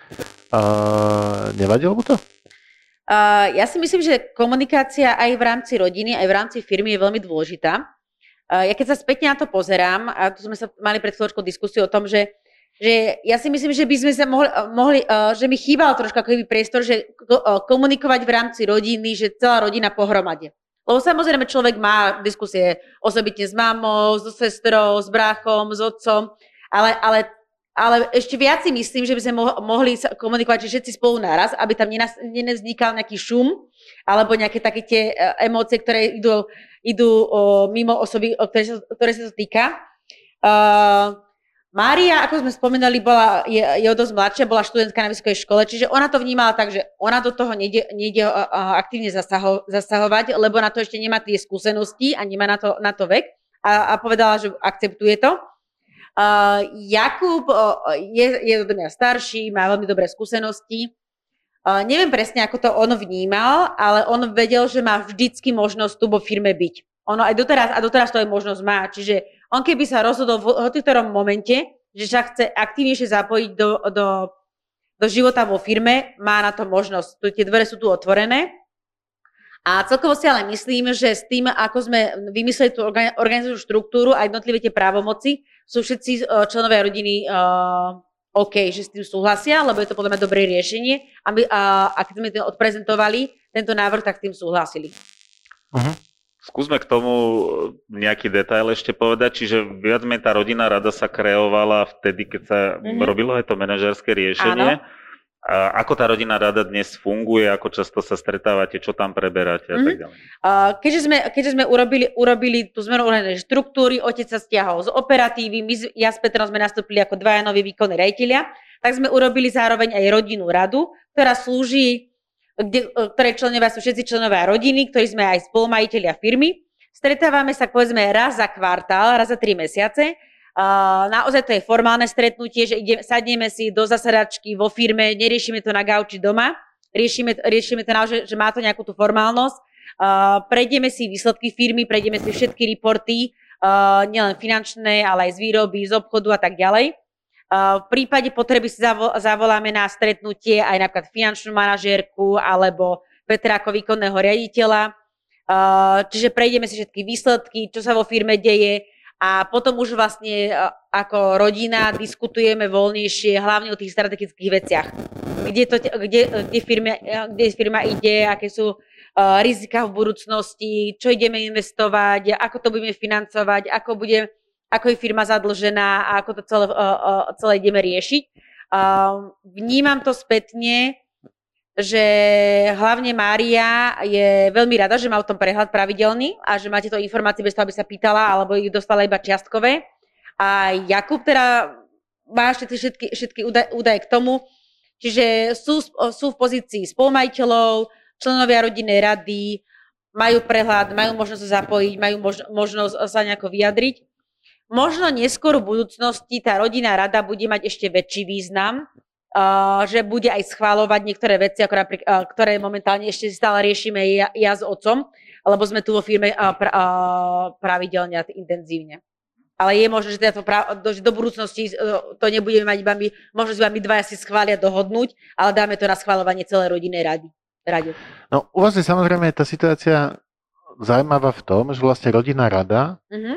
Uh, nevadilo mu to? Uh, ja si myslím, že komunikácia aj v rámci rodiny, aj v rámci firmy je veľmi dôležitá. Uh, ja keď sa spätne na to pozerám, a tu sme sa mali pred chvíľočkou diskusiu o tom, že, že ja si myslím, že by sme sa mohli, mohli uh, že mi chýbal trošku ako priestor, že uh, komunikovať v rámci rodiny, že celá rodina pohromade. Lebo samozrejme človek má diskusie osobitne s mamou, so sestrou, s bráchom, s otcom, ale, ale, ale ešte viac si myslím, že by sme mohli komunikovať, že všetci spolu naraz, aby tam nevznikal nejaký šum, alebo nejaké také tie emócie, ktoré idú, idú o, mimo osoby, o ktoré, sa, ktoré sa to týka. Uh, Mária, ako sme spomínali, bola, je, je dosť mladšia, bola študentka na vysokej škole, čiže ona to vnímala tak, že ona do toho nejde, nejde aktívne zasaho, zasahovať, lebo na to ešte nemá tie skúsenosti a nemá na to, na to vek a, a povedala, že akceptuje to. Uh, Jakub uh, je, je do mňa starší, má veľmi dobré skúsenosti. Uh, neviem presne, ako to on vnímal, ale on vedel, že má vždycky možnosť tu vo firme byť. Ono aj doteraz, a doteraz to aj možnosť má, čiže on keby sa rozhodol v ktorom momente, že sa chce aktívnejšie zapojiť do, do, do života vo firme, má na to možnosť. Tie dvere sú tu otvorené. A celkovo si ale myslím, že s tým, ako sme vymysleli tú organizačnú štruktúru a jednotlivé tie právomoci, sú všetci členovia rodiny uh, OK, že s tým súhlasia, lebo je to podľa mňa dobré riešenie. A, my, a, a keď sme to odprezentovali, tento návrh, tak s tým súhlasili. Uh-huh. Skúsme k tomu nejaký detail ešte povedať, čiže viac menej tá rodinná rada sa kreovala vtedy, keď sa mm-hmm. robilo aj to manažerské riešenie. A ako tá rodinná rada dnes funguje, ako často sa stretávate, čo tam preberáte a mm-hmm. tak ďalej? Uh, keďže sme, keďže sme urobili, urobili tú zmenu organizačnej štruktúry, otec sa stiahol z operatívy, my ja s Petrom sme nastúpili ako dvaja noví výkonní riaditelia, tak sme urobili zároveň aj rodinnú radu, ktorá slúži, kde, ktoré členovia sú všetci členovia rodiny, ktorí sme aj spolumajitelia firmy. Stretávame sa povedzme raz za kvartál, raz za tri mesiace. Uh, naozaj to je formálne stretnutie, že ide, sadneme si do zasadačky vo firme, neriešime to na gauči doma, riešime, riešime to naozaj, že má to nejakú tú formálnosť. Uh, prejdeme si výsledky firmy, prejdeme si všetky reporty, uh, nielen finančné, ale aj z výroby, z obchodu a tak ďalej. Uh, v prípade potreby si zavo- zavoláme na stretnutie aj napríklad finančnú manažérku alebo Petra ako výkonného riaditeľa. Uh, čiže prejdeme si všetky výsledky, čo sa vo firme deje, a potom už vlastne ako rodina diskutujeme voľnejšie, hlavne o tých strategických veciach. Kde, to, kde, kde, firma, kde firma ide, aké sú uh, rizika v budúcnosti, čo ideme investovať, ako to budeme financovať, ako, bude, ako je firma zadlžená a ako to celé, uh, uh, celé ideme riešiť. Uh, vnímam to spätne, že hlavne Mária je veľmi rada, že má o tom prehľad pravidelný a že máte to informácie bez toho, aby sa pýtala, alebo ich dostala iba čiastkové. A Jakub teda má všetky, všetky, všetky údaje k tomu, čiže sú, sú v pozícii spolumajiteľov, členovia rodinnej rady, majú prehľad, majú možnosť sa zapojiť, majú mož, možnosť sa nejako vyjadriť. Možno neskôr v budúcnosti tá rodinná rada bude mať ešte väčší význam, Uh, že bude aj schváľovať niektoré veci, ako napríklad, uh, ktoré momentálne ešte stále riešime ja, ja s otcom, lebo sme tu vo firme uh, pra, uh, pravidelne a intenzívne. Ale je možné, že, to pra, do, že do budúcnosti uh, to nebudeme mať iba my, možno iba my dvaja si schvália dohodnúť, ale dáme to na schváľovanie celej rodinnej rady. rade. No u vás je samozrejme tá situácia zaujímavá v tom, že vlastne rodinná rada uh-huh.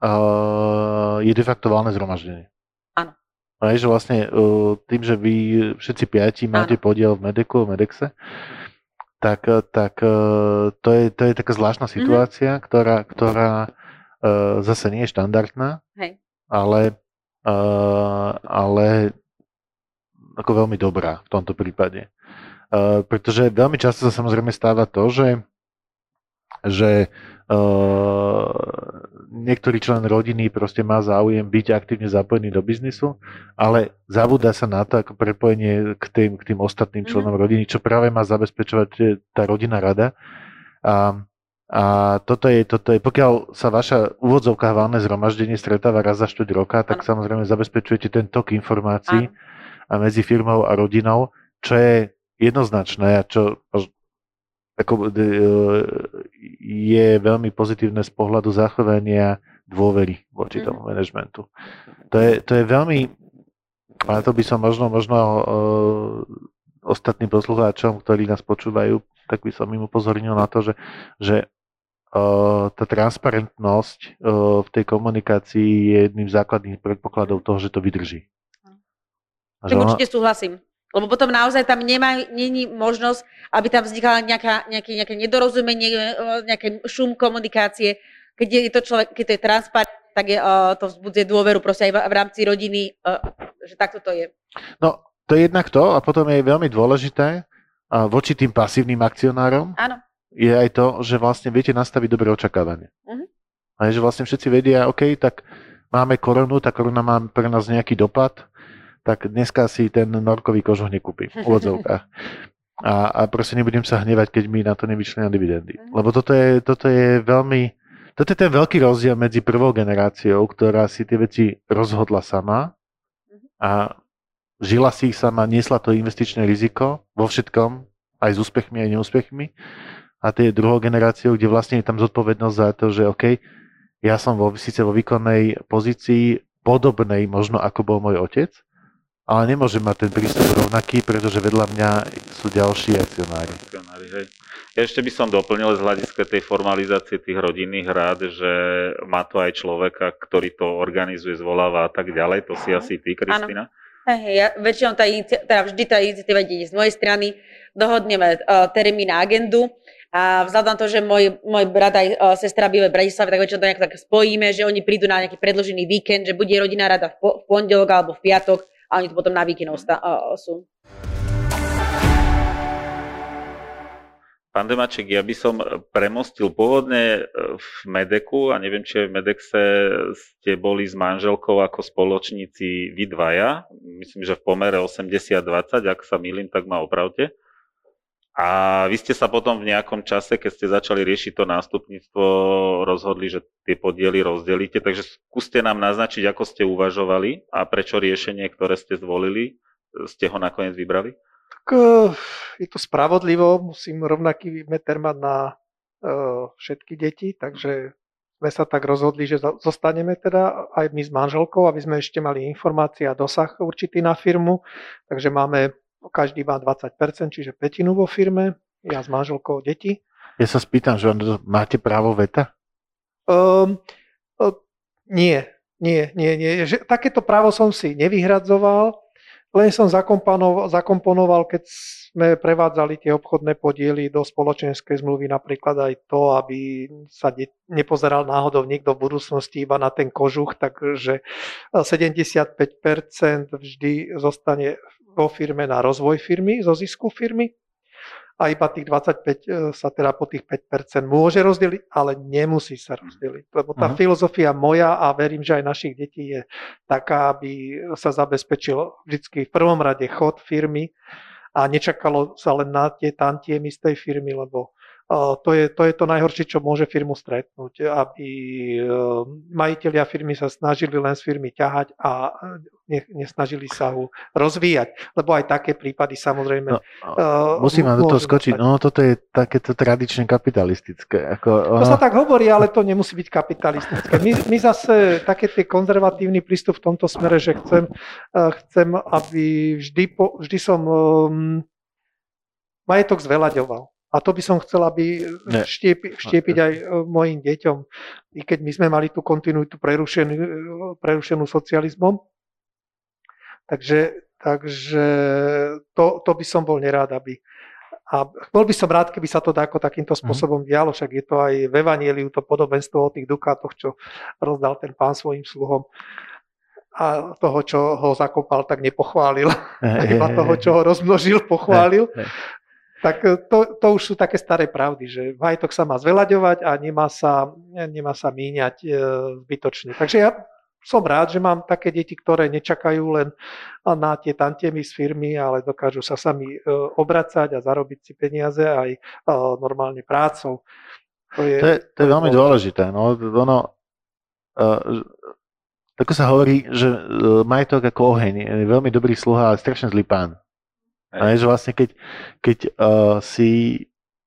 uh, je de facto valné zhromaždenie. Áno. A je, že vlastne tým, že vy všetci piati máte podiel v Medeku, v Medexe, tak, tak to, je, to je taká zvláštna situácia, mm-hmm. ktorá, ktorá uh, zase nie je štandardná, Hej. ale, uh, ale ako veľmi dobrá v tomto prípade. Uh, pretože veľmi často sa samozrejme stáva to, že, že uh, niektorý člen rodiny proste má záujem byť aktívne zapojený do biznisu, ale zabúda sa na to ako prepojenie k tým, k tým ostatným členom mm-hmm. rodiny, čo práve má zabezpečovať tá rodinná rada. A, a toto, je, toto je, pokiaľ sa vaša úvodzovka valné zhromaždenie stretáva raz za štvrť roka, tak ano. Samozrejme zabezpečujete ten tok informácií a medzi firmou a rodinou, čo je jednoznačné a čo ako je veľmi pozitívne z pohľadu zachovania dôvery voči tomu manažmentu. To je, to je veľmi, ale to by som možno, možno uh, ostatným poslucháčom, ktorí nás počúvajú, tak by som im upozornil na to, že, že uh, tá transparentnosť uh, v tej komunikácii je jedným z základných predpokladov toho, že to vydrží. Tak určite súhlasím. Lebo potom naozaj tam nemá, není možnosť, aby tam vznikala nejaká, nejaké, nejaké nedorozumenie, nejaký šum komunikácie. Keď je to človek, keď to je transparent, tak je, uh, to vzbudzuje dôveru proste aj v, v rámci rodiny, uh, že takto to je. No, to je jednak to a potom je veľmi dôležité uh, voči tým pasívnym akcionárom. Áno. Je aj to, že vlastne viete nastaviť dobré očakávanie. Uh-huh. A je, že vlastne všetci vedia, OK, tak máme koronu, tá korona má pre nás nejaký dopad, tak dneska si ten norkový kožuch nekúpim v úvodzovkách. A, a proste nebudem sa hnevať, keď mi na to nevyšli na dividendy. Lebo toto je, toto je veľmi, toto je ten veľký rozdiel medzi prvou generáciou, ktorá si tie veci rozhodla sama a žila si ich sama, niesla to investičné riziko vo všetkom, aj s úspechmi, aj neúspechmi. A tie druhou generáciou, kde vlastne je tam zodpovednosť za to, že OK, ja som vo, síce vo výkonnej pozícii podobnej možno ako bol môj otec, ale nemôžem mať ten prístup rovnaký, pretože vedľa mňa sú ďalší akcionári. akcionári hej. Ešte by som doplnil z hľadiska tej formalizácie tých rodinných rád, že má to aj človeka, ktorý to organizuje, zvoláva a tak ďalej. To si asi ty, Kristina. Hej, ja, väčšinou tá inicia- teda vždy tá iniciatíva ide z mojej strany. Dohodneme uh, termín a agendu. A vzhľadom na to, že môj, môj brat aj uh, sestra bývajú v Bratislave, tak väčšinou to nejak tak spojíme, že oni prídu na nejaký predĺžený víkend, že bude rodinná rada v, po- v pondelok alebo v piatok, a oni tu potom na víkend osta- uh, sú. Pán Demaček, ja by som premostil pôvodne v Medeku, a neviem, či v Medexe ste boli s manželkou ako spoločníci vy dvaja, myslím, že v pomere osemdesiat dvadsať, ak sa mýlim, tak ma opravte. A vy ste sa potom v nejakom čase, keď ste začali riešiť to nástupníctvo, rozhodli, že tie podiely rozdelíte, takže skúste nám naznačiť, ako ste uvažovali a prečo riešenie, ktoré ste zvolili, ste ho nakoniec vybrali? Tak je to spravodlivo, musím rovnaký meter mať na uh, všetky deti, takže sme sa tak rozhodli, že zostaneme teda aj my s manželkou, aby sme ešte mali informácie a dosah určitý na firmu, takže máme, každý má dvadsať percent, čiže pätinu vo firme, ja s manželkou deti. Ja sa spýtam, že máte právo veta? Um, uh, nie, nie, nie, nie. Že, takéto právo som si nevyhradzoval, len som zakomponoval, zakomponoval, keď sme prevádzali tie obchodné podiely do spoločenskej zmluvy, napríklad aj to, aby sa ne, nepozeral náhodou niekto v budúcnosti iba na ten kožuch, takže sedemdesiatpäť percent vždy zostane vo firme na rozvoj firmy, zo zisku firmy a iba tých dvadsaťpäť sa teda po tých päť percent môže rozdeliť, ale nemusí sa rozdeliť. Lebo tá uh-huh. filozofia moja a verím, že aj našich detí je taká, aby sa zabezpečil vždy v prvom rade chod firmy a nečakalo sa len na tie tantiemy z tej firmy, lebo uh, to, je, to je to najhoršie, čo môže firmu stretnúť, aby uh, majitelia firmy sa snažili len z firmy ťahať a ne, nesnažili sa ho rozvíjať, lebo aj také prípady samozrejme... No, uh, musím vám do toho skočiť, no toto je takéto tradične kapitalistické. Ako, to sa tak hovorí, ale to nemusí byť kapitalistické. My, my zase také tie konzervatívny prístup v tomto smere, že chcem, uh, chcem aby vždy, po, vždy som um, majetok zveľaďoval. A to by som chcel, aby štiepi, štiepiť aj mojim deťom. I keď my sme mali tú kontinuitu prerušenú, prerušenú socializmom. Takže, takže to, to by som bol nerád, aby... A bol by som rád, keby sa to ako takýmto spôsobom dialo, však je to aj v Evangeliu to podobenstvo o tých dukátoch, čo rozdal ten pán svojim sluhom. A toho, čo ho zakopal, tak nepochválil. Iba toho, čo ho rozmnožil, pochválil. Tak to, to už sú také staré pravdy, že majetok sa má zveľaďovať a nemá sa, nemá sa míňať e, zbytočne. Takže ja som rád, že mám také deti, ktoré nečakajú len na tie tantiemy z firmy, ale dokážu sa sami e, obracať a zarobiť si peniaze aj e, normálne prácou. To je, to je, to je veľmi dôležité. No, ono, e, ako sa hovorí, že majetok ako oheň je veľmi dobrý sluha a strašne zlý pán. A že vlastne keď, keď uh, si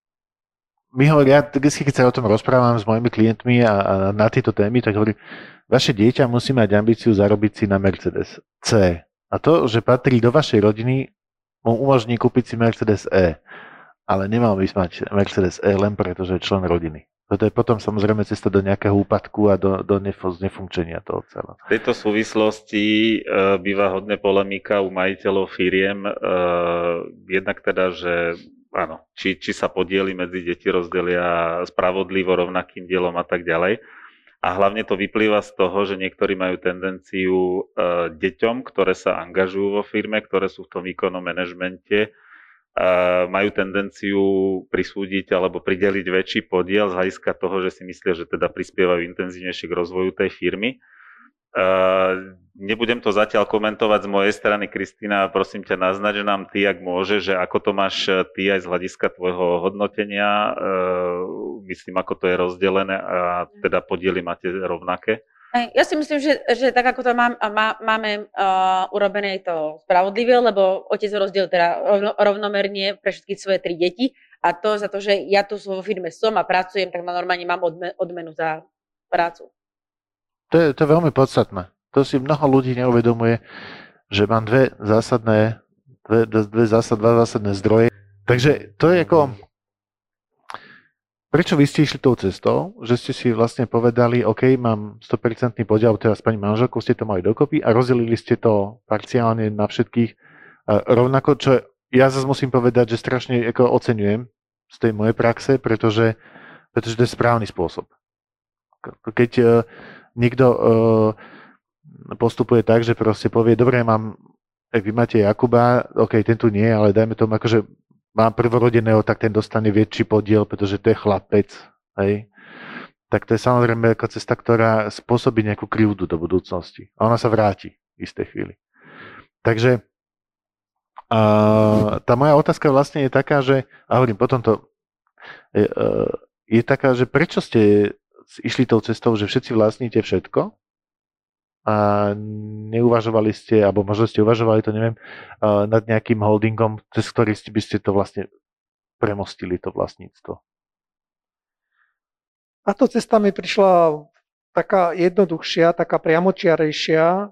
my hovoria, keď sa o tom rozprávam s mojimi klientmi a, a na tieto témy, tak hovorím, vaše dieťa musí mať ambíciu zarobiť si na Mercedes C. A to, že patrí do vašej rodiny, mu umožní kúpiť si Mercedes E. Ale nemal by mať Mercedes E len preto, že je člen rodiny. To je potom samozrejme cesta do nejakého úpadku a do, do nefunkčenia toho celého. V tejto súvislosti e, býva hodne polemika u majiteľov firiem. E, jednak teda, že áno, či, či sa podiely medzi deti rozdelia spravodlivo rovnakým dielom a tak ďalej. A hlavne to vyplýva z toho, že niektorí majú tendenciu e, deťom, ktoré sa angažujú vo firme, ktoré sú v tom výkonnom manažmente, Uh, majú tendenciu prisúdiť alebo prideliť väčší podiel z hľadiska toho, že si myslia, že teda prispievajú intenzívnejšie k rozvoju tej firmy. Uh, nebudem to zatiaľ komentovať z mojej strany, Kristína, prosím ťa, naznač nám ty, ak môže, že ako to máš ty aj z hľadiska tvojho hodnotenia, uh, myslím, ako to je rozdelené a teda podiely máte rovnaké. Ja si myslím, že, že tak ako to mám, má, máme uh, urobené to spravodlivé, lebo otec rozdiel teda rovno, rovnomerne pre všetky svoje tri deti a to za to, že ja tu vo firme som a pracujem, tak normálne mám odme, odmenu za prácu. To je, to je veľmi podstatné. To si mnoho ľudí neuvedomuje, že mám dve zásadné, dve, dve zásad, dva zásadné zdroje. Takže to je ako... Prečo vy ste išli tou cestou, že ste si vlastne povedali, OK, mám sto percent podiel, teraz pani manželkou ste to mali dokopy a rozdelili ste to parciálne na všetkých. Rovnako, čo ja zase musím povedať, že strašne ako oceňujem z tej mojej praxe, pretože, pretože to je správny spôsob. Keď uh, niekto uh, postupuje tak, že proste povie, dobre, mám, ak vy máte Jakuba, OK, ten tu nie, ale dajme tomu akože mám prvorodeného, tak ten dostane väčší podiel, pretože to je chlapec, hej. Tak to je samozrejme ako cesta, ktorá spôsobí nejakú krivdu do budúcnosti. A ona sa vráti v istej chvíli. Takže A tá moja otázka vlastne je taká, že, a hovorím, potom to je, je taká, že prečo ste išli tou cestou, že všetci vlastníte všetko a neuvažovali ste, alebo možno ste uvažovali, to neviem, nad nejakým holdingom, cez ktorý by ste to vlastne premostili, to vlastníctvo. A to cesta mi prišla taká jednoduchšia, taká priamočiarejšia.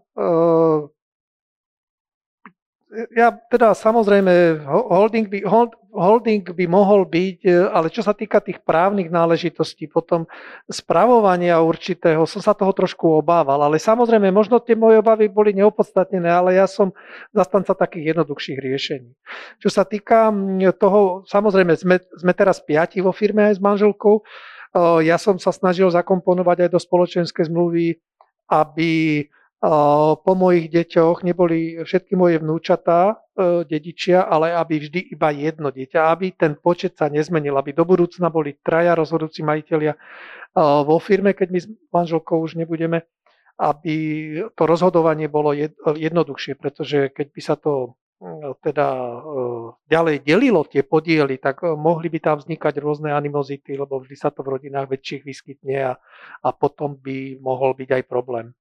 Ja teda samozrejme, holding by, hold, holding by mohol byť, ale čo sa týka tých právnych náležitostí, potom spravovania určitého, som sa toho trošku obával, ale samozrejme, možno tie moje obavy boli neopodstatnené, ale ja som zastanca takých jednoduchších riešení. Čo sa týka toho, samozrejme, sme, sme teraz piati vo firme aj s manželkou, ja som sa snažil zakomponovať aj do spoločenskej zmluvy, aby po mojich deťoch neboli všetky moje vnúčatá dedičia, ale aby vždy iba jedno dieťa, aby ten počet sa nezmenil, aby do budúcna boli traja rozhodujúci majitelia vo firme, keď my s manželkou už nebudeme, aby to rozhodovanie bolo jednoduchšie, pretože keď by sa to teda ďalej delilo tie podiely, tak mohli by tam vznikať rôzne animozity, lebo vždy sa to v rodinách väčších vyskytne a, a potom by mohol byť aj problém.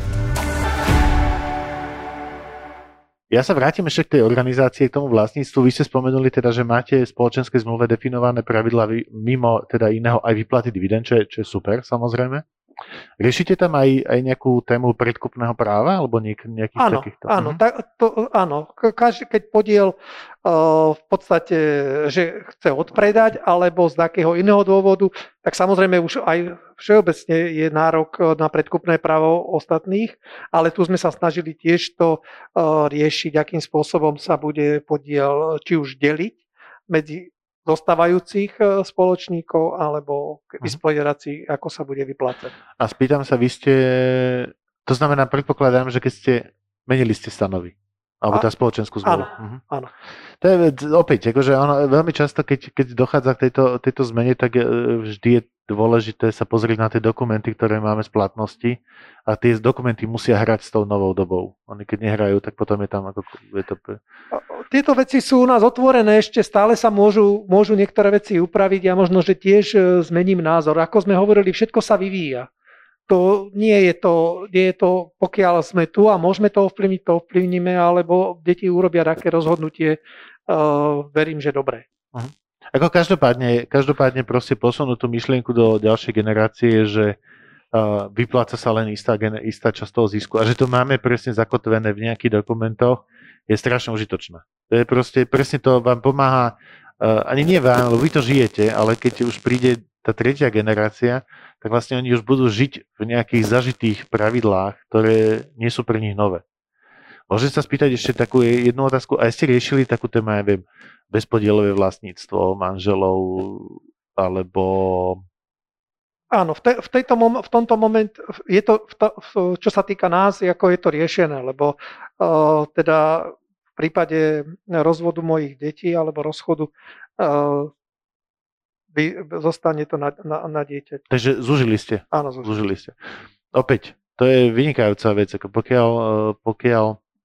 Ja sa vrátim ešte k tej organizácii, k tomu vlastníctvu. Vy ste spomenuli teda, že máte v spoločenskej zmluve definované pravidlá mimo teda iného aj výplaty dividend, čo je, čo je super, samozrejme. Riešite tam aj, aj nejakú tému predkupného práva alebo niek, nejakých áno, takýchto? Áno, uh-huh. tak, to, áno. Každý, keď podiel uh, v podstate, že chce odpredať alebo z nejakého iného dôvodu, tak samozrejme už aj všeobecne je nárok na predkupné právo ostatných, ale tu sme sa snažili tiež to uh, riešiť, akým spôsobom sa bude podiel či už deliť medzi zostávajúcich spoločníkov alebo vysporiadať si, ako sa bude vyplácať. A spýtam sa, vy ste, to znamená, predpokladám, že keď ste, menili ste stanovy, alebo tá spoločenskú zmluvu. Áno, uh-huh. áno. To je opäť, akože ono, veľmi často, keď, keď dochádza k tejto, tejto zmene, tak vždy je dôležité sa pozrieť na tie dokumenty, ktoré máme z platnosti a tie dokumenty musia hrať s tou novou dobou. Oni keď nehrajú, tak potom je tam ako... Je to... Tieto veci sú u nás otvorené, ešte stále sa môžu, môžu niektoré veci upraviť a možno, že tiež zmením názor. Ako sme hovorili, všetko sa vyvíja. To nie je to, nie je to, pokiaľ sme tu a môžeme to ovplyvniť, to ovplyvníme, alebo deti urobia také rozhodnutie, uh, verím, že dobre. Uh-huh. Ako každopádne, každopádne proste posunú tú myšlienku do ďalšej generácie, že uh, vypláca sa len istá, istá časť toho zisku a že to máme presne zakotvené v nejakých dokumentoch, je strašne užitočné. To je proste, presne to vám pomáha, uh, ani nie vám, lebo vy to žijete, ale keď už príde tá tretia generácia, tak vlastne oni už budú žiť v nejakých zažitých pravidlách, ktoré nie sú pre nich nové. Môžem sa spýtať ešte takú jednu otázku, a ste riešili takú tému, ja viem, bezpodielové vlastníctvo manželov, alebo... Áno, v, te, v, tejto mom, v tomto momente, je to, v to, v, čo sa týka nás, ako je to riešené, lebo uh, teda v prípade rozvodu mojich detí alebo rozchodu uh, by, zostane to na, na, na dieťa. Takže zužili ste? Áno, zužili. zužili ste. Opäť, to je vynikajúca vec, ako pokiaľ, pokiaľ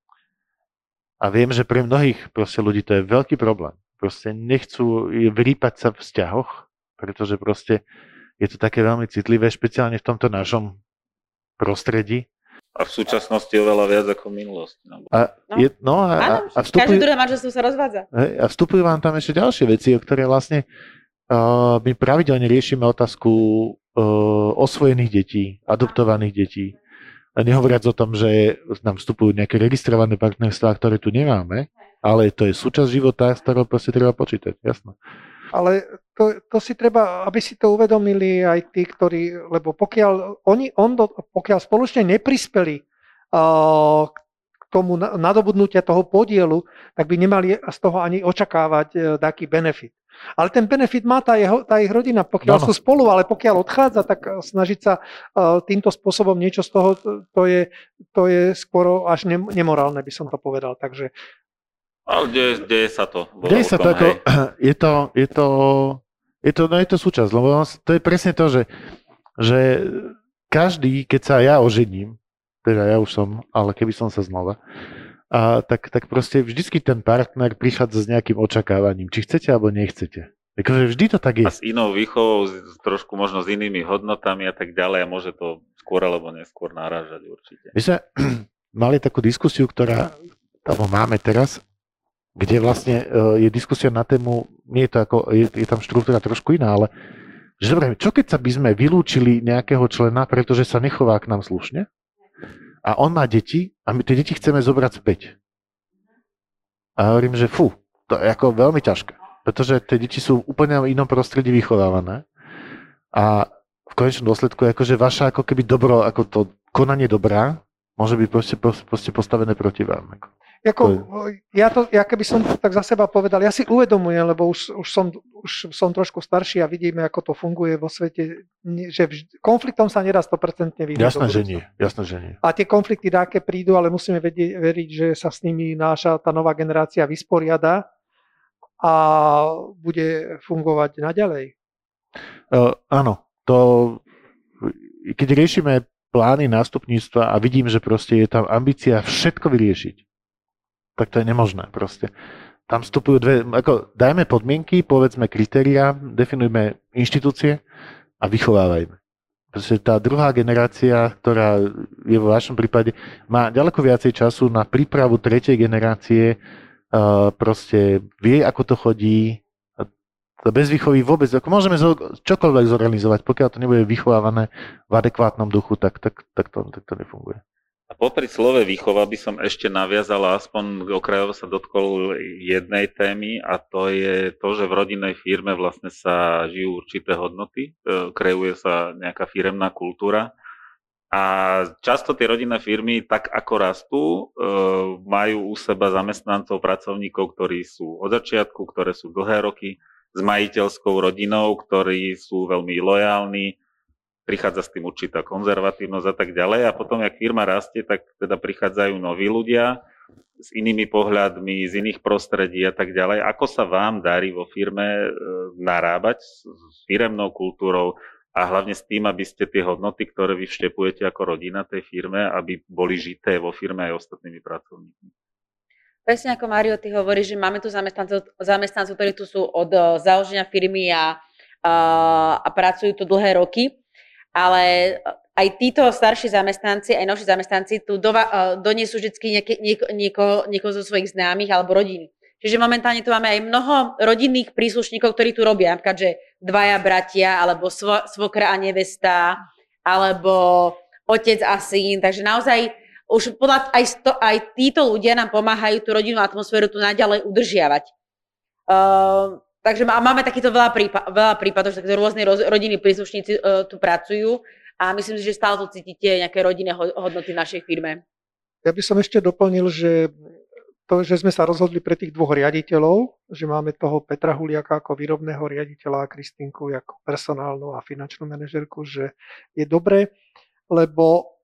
a viem, že pre mnohých proste ľudí to je veľký problém. Proste nechcú vrýpať sa v vzťahoch, pretože proste je to také veľmi citlivé, špeciálne v tomto našom prostredí. A v súčasnosti oveľa viac ako v minulosti. No. A, je, no a, Áno, a, vstupujú, každé druhé manželstvo sa rozvádza. A vstupujú vám tam ešte ďalšie veci, o ktoré vlastne uh, my pravidelne riešime otázku uh, osvojených detí, adoptovaných detí. A nehovoriac o tom, že nám vstupujú nejaké registrované partnerstvá, ktoré tu nemáme, ale to je súčasť života, s ktorou proste treba počítať, jasno. Ale to, to si treba, aby si to uvedomili aj tí, ktorí, lebo pokiaľ oni, on do, pokiaľ spoločne neprispeli uh, k tomu nadobudnutia toho podielu, tak by nemali z toho ani očakávať uh, taký benefit. Ale ten benefit má tá, jeho, tá ich rodina, pokiaľ no, no. sú spolu, ale pokiaľ odchádza, tak snažiť sa uh, týmto spôsobom niečo z toho, to je, to je skôr až ne, nemorálne, by som to povedal. Takže ale deje, deje sa to. Deje sa to, ako, je to, je to, je to, no je to súčasť, lebo to je presne to, že, že každý, keď sa ja ožením, teda ja už som, ale keby som sa znova, a tak, tak proste vždycky ten partner prichádza s nejakým očakávaním, či chcete alebo nechcete. Akože vždy to tak je. A s inou výchovou, s, trošku možno s inými hodnotami a tak ďalej a môže to skôr alebo neskôr narážať určite. My sme mali takú diskusiu, ktorá alebo máme teraz, kde vlastne je diskusia na tému, nie je to ako, je, je tam štruktúra trošku iná, ale že dobre, čo keď sa by sme vylúčili nejakého člena, pretože sa nechová k nám slušne a on má deti a my tie deti chceme zobrať späť. A hovorím, že fú, to je ako veľmi ťažké, pretože tie deti sú úplne v inom prostredí vychovávané a v konečnom dôsledku akože vaša ako keby dobro, ako to konanie dobrá, môže byť proste, proste postavené proti vám. Jako, ja, to, ja keby som to tak za seba povedal, ja si uvedomujem, lebo už, už, som, už som trošku starší a vidíme, ako to funguje vo svete, že vždy, konfliktom sa nedá sto percent vyhnúť. Jasné, že nie. Jasné, že nie. A tie konflikty dáke prídu, ale musíme vedieť, veriť, že sa s nimi náša tá nová generácia vysporiada a bude fungovať naďalej. Uh, áno, to keď riešime plány nástupníctva a vidím, že proste je tam ambícia všetko vyriešiť, tak to je nemožné proste. Tam vstupujú dve, ako dajme podmienky, povedzme kritériá, definujme inštitúcie a vychovávajme. Proste tá druhá generácia, ktorá je vo vašom prípade, má ďaleko viacej času na prípravu tretej generácie, uh, proste vie, ako to chodí, bez výchovy vôbec, ako môžeme čokoľvek zorganizovať, pokiaľ to nebude vychovávané v adekvátnom duchu, tak, tak, tak, to, tak to nefunguje. A popri slove výchova by som ešte naviazal, aspoň okrajovo sa dotkol jednej témy a to je to, že v rodinnej firme vlastne sa žijú určité hodnoty, kreuje sa nejaká firemná kultúra a často tie rodinné firmy tak ako rastú, majú u seba zamestnancov, pracovníkov, ktorí sú od začiatku, ktoré sú dlhé roky s majiteľskou rodinou, ktorí sú veľmi lojálni, prichádza s tým určitá konzervatívnosť a tak ďalej a potom, jak firma rastie, tak teda prichádzajú noví ľudia s inými pohľadmi, z iných prostredí a tak ďalej. Ako sa vám darí vo firme narábať s firemnou kultúrou a hlavne s tým, aby ste tie hodnoty, ktoré vy vštepujete ako rodina tej firme, aby boli žité vo firme aj ostatnými pracovníkmi? Presne ako Mário, ty hovoríš, že máme tu zamestnancov, zamestnancov ktorí tu sú od založenia firmy a, a, a pracujú tu dlhé roky. Ale aj títo starší zamestnanci, aj novší zamestnanci tu dova, doniesú vždy nieko, nieko, nieko, niekoho zo svojich známych alebo rodiny. Čiže momentálne tu máme aj mnoho rodinných príslušníkov, ktorí tu robia. Napríklad, že dvaja bratia, alebo svo, svokra a nevesta, alebo otec a syn. Takže naozaj už podľa, aj, sto, aj títo ľudia nám pomáhajú tú rodinnú atmosféru tu naďalej udržiavať. Uh, Takže máme takýto veľa, prípad, veľa prípadov, že takto rôzne roz, rodinní príslušníci uh, tu pracujú a myslím si, že stále tu cítite nejaké rodinné hodnoty v našej firme. Ja by som ešte doplnil, že to, že sme sa rozhodli pre tých dvoch riaditeľov, že máme toho Petra Huliaka ako výrobného riaditeľa a Kristinku ako personálnu a finančnú manažerku, že je dobre, lebo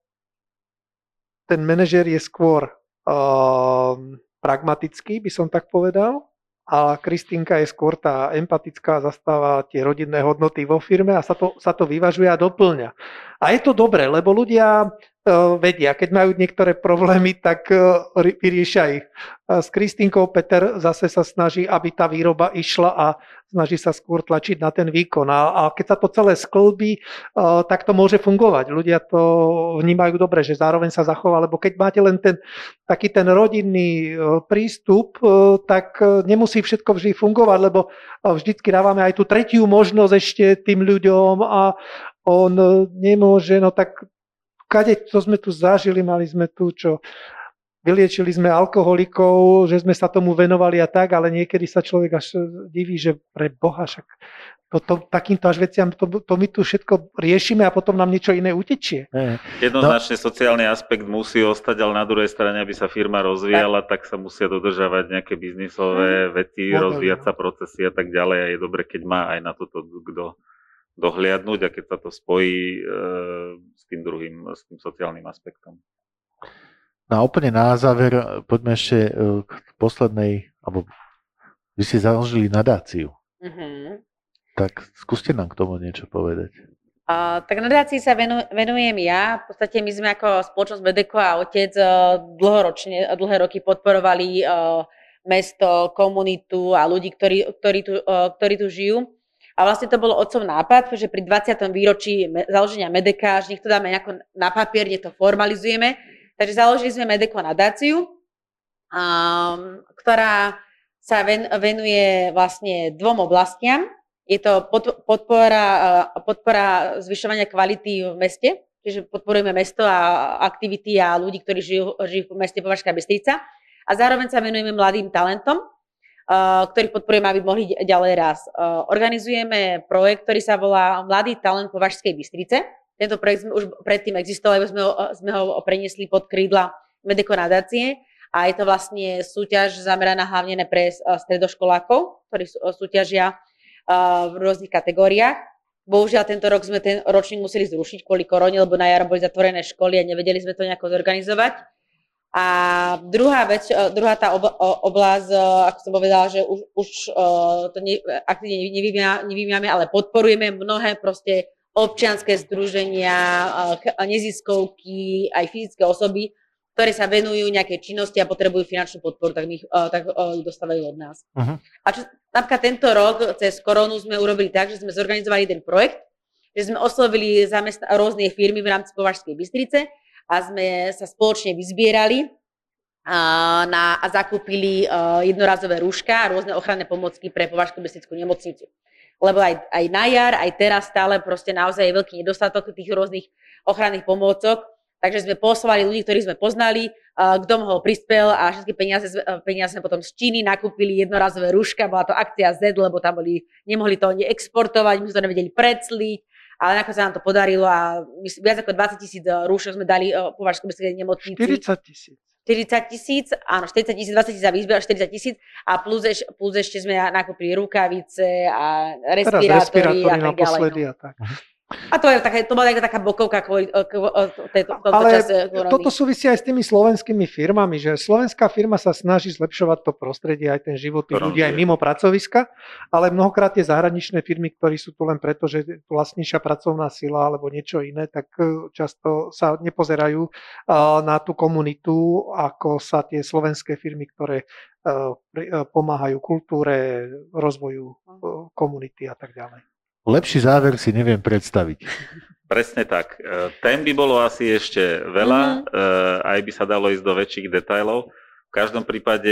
ten manažer je skôr uh, pragmatický, by som tak povedal, a Kristinka je skôr tá empatická, zastáva tie rodinné hodnoty vo firme a sa to, sa to vyvažuje a doplňa. A je to dobré, lebo ľudia uh, vedia, keď majú niektoré problémy, tak uh, vyriešia ich. Uh, s Kristinkou Peter zase sa snaží, aby tá výroba išla a snaží sa skôr tlačiť na ten výkon. A, a keď sa to celé sklbí, uh, tak to môže fungovať. Ľudia to vnímajú dobre, že zároveň sa zachová, lebo keď máte len ten taký ten rodinný uh, prístup, uh, tak uh, nemusí všetko vždy fungovať, lebo uh, vždycky dávame aj tú tretiu možnosť ešte tým ľuďom a on uh, nemôže, no tak kade, to sme tu zažili, mali sme tu, čo vyliečili sme alkoholikov, že sme sa tomu venovali a tak, ale niekedy sa človek až diví, že pre Boha, však to, to, takýmto až veciam, to, to my tu všetko riešime a potom nám niečo iné utečie. Jednoznačne no. Sociálny aspekt musí ostať, ale na druhej strane, aby sa firma rozvíjala, tak sa musia dodržavať nejaké biznisové veci, Model, rozvíjať sa procesy a tak ďalej a je dobre, keď má aj na toto kto dohliadnúť a keď sa to spojí e, s tým druhým, s tým sociálnym aspektom. No a úplne na záver, poďme ešte k poslednej, alebo vy ste založili nadáciu. Mm-hmm. Tak skúste nám k tomu niečo povedať. Uh, tak nadácii sa venu, venujem ja. V podstate my sme ako spoločnosť Medeko a otec uh, dlhoročne, dlhé roky podporovali uh, mesto, komunitu a ľudí, ktorí, ktorí, tu, uh, ktorí tu žijú. A vlastne to bol otcov nápad, že pri dvadsiatom výročí me, založenia Medeka, že nech to dáme nejako na papier, nech to formalizujeme. Takže založili sme Medeko nadáciu, um, ktorá sa ven, venuje vlastne dvom oblastiam. Je to podpora, podpora zvyšovania kvality v meste, čiže podporujeme mesto a aktivity a ľudí, ktorí žijú, žijú v meste Považská Bystrica. A zároveň sa venujeme mladým talentom, ktorých podporujeme, aby mohli ďalej raz. Organizujeme projekt, ktorý sa volá Mladý talent Považskej Bystrice. Tento projekt sme už predtým existoval, lebo sme ho, sme ho preniesli pod krídla Medeko nadácie. A je to vlastne súťaž zameraná hlavne pre stredoškolákov, ktorí súťažia v rôznych kategóriách. Bohužiaľ, tento rok sme ten ročník museli zrušiť kvôli korone, lebo na jar boli zatvorené školy a nevedeli sme to nejako zorganizovať. A druhá vec, druhá tá oblasť, ako som povedala, že už, už to ne, aktívne nevyvíjame, ale podporujeme mnohé proste občianske združenia, neziskovky, aj fyzické osoby, ktoré sa venujú nejakej činnosti a potrebujú finančnú podporu, tak ich tak dostávajú od nás. Uh-huh. A čo, napríklad tento rok cez koronu sme urobili tak, že sme zorganizovali jeden projekt, že sme oslovili zamestn- rôzne firmy v rámci Považskej Bystrice a sme sa spoločne vyzbierali a, na, a zakúpili a, jednorazové rúška a rôzne ochranné pomôcky pre Považskú Bystrickú nemocnicu. Lebo aj, aj na jar, aj teraz stále proste naozaj je veľký nedostatok tých rôznych ochranných pomôcok. Takže sme poslali ľudí, ktorých sme poznali, kto mohol prispel a všetky peniaze, peniaze sme potom z Číny nakúpili jednorazové rúška, bola to akcia Z, lebo tam boli, nemohli to oni exportovať, my sme to nevedeli precliť, ale nakoniec sa nám to podarilo a viac ako dvadsať tisíc rúšok sme dali Považskej Bystrickej nemocnici. štyridsať tisíc. štyridsať tisíc, áno, štyridsať tisíc, dvadsať tisíc a vyzbierali štyridsať tisíc a plus, eš, plus ešte sme nakúpili rukavice a respirátory, respirátory a tak ďalej. No. A tak. A to, je také, to bola taká bokovka kvôli tomto Ale čase. Ale toto súvisí aj s tými slovenskými firmami, že slovenská firma sa snaží zlepšovať to prostredie, aj ten život tých ľudí aj mimo pracoviska, ale mnohokrát tie zahraničné firmy, ktorí sú tu len preto, že je tu lacnejšia pracovná sila alebo niečo iné, tak často sa nepozerajú na tú komunitu, ako sa tie slovenské firmy, ktoré pomáhajú kultúre, rozvoju komunity a tak ďalej. Lepší záver si neviem predstaviť. Presne tak. Tém by bolo asi ešte veľa, mm-hmm. aj by sa dalo ísť do väčších detailov. V každom prípade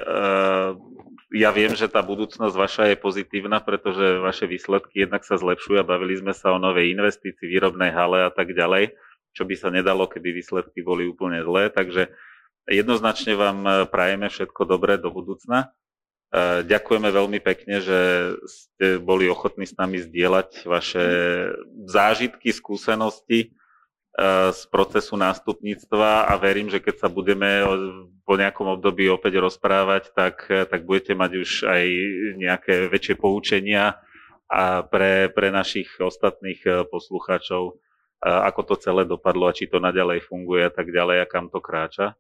ja viem, že tá budúcnosť vaša je pozitívna, pretože vaše výsledky jednak sa zlepšujú a bavili sme sa o novej investícii, výrobnej hale a tak ďalej, čo by sa nedalo, keby výsledky boli úplne zlé. Takže jednoznačne vám prajeme všetko dobré do budúcna. Ďakujeme veľmi pekne, že ste boli ochotní s nami zdieľať vaše zážitky, skúsenosti z procesu nástupníctva a verím, že keď sa budeme po nejakom období opäť rozprávať, tak, tak budete mať už aj nejaké väčšie poučenia a pre, pre našich ostatných poslucháčov, ako to celé dopadlo a či to naďalej funguje a tak ďalej a kam to kráča.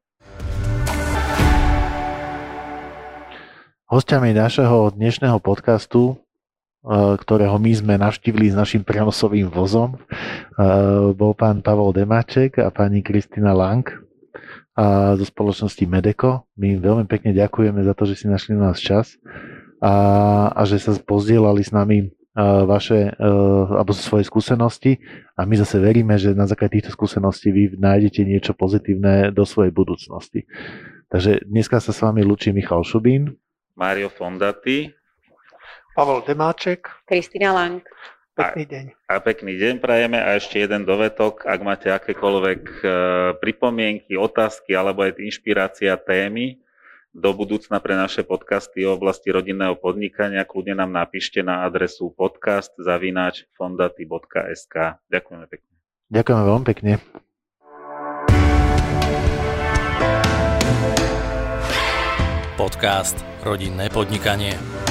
Hostiami našeho dnešného podcastu, ktorého my sme navštívili s našim prenosovým vozom, bol pán Pavol Demáček a pani Kristina Lang zo spoločnosti Medeko. My im veľmi pekne ďakujeme za to, že si našli na nás čas a, a že sa pozdielali s nami vaše alebo svoje skúsenosti a my zase veríme, že na základe týchto skúseností vy nájdete niečo pozitívne do svojej budúcnosti. Takže dneska sa s vami lúči Michal Šubín, Mário Fondati, Pavol Demáček, Kristina Lang. Pekný deň. A, a pekný deň prajeme a ešte jeden dovetok, ak máte akékoľvek e, pripomienky, otázky alebo aj inšpirácia témy do budúcna pre naše podcasty o oblasti rodinného podnikania, kľudne nám napíšte na adresu podcast zavináč fondati bodka es ká. Ďakujeme pekne. Ďakujeme veľmi pekne. Podcast Rodinné podnikanie.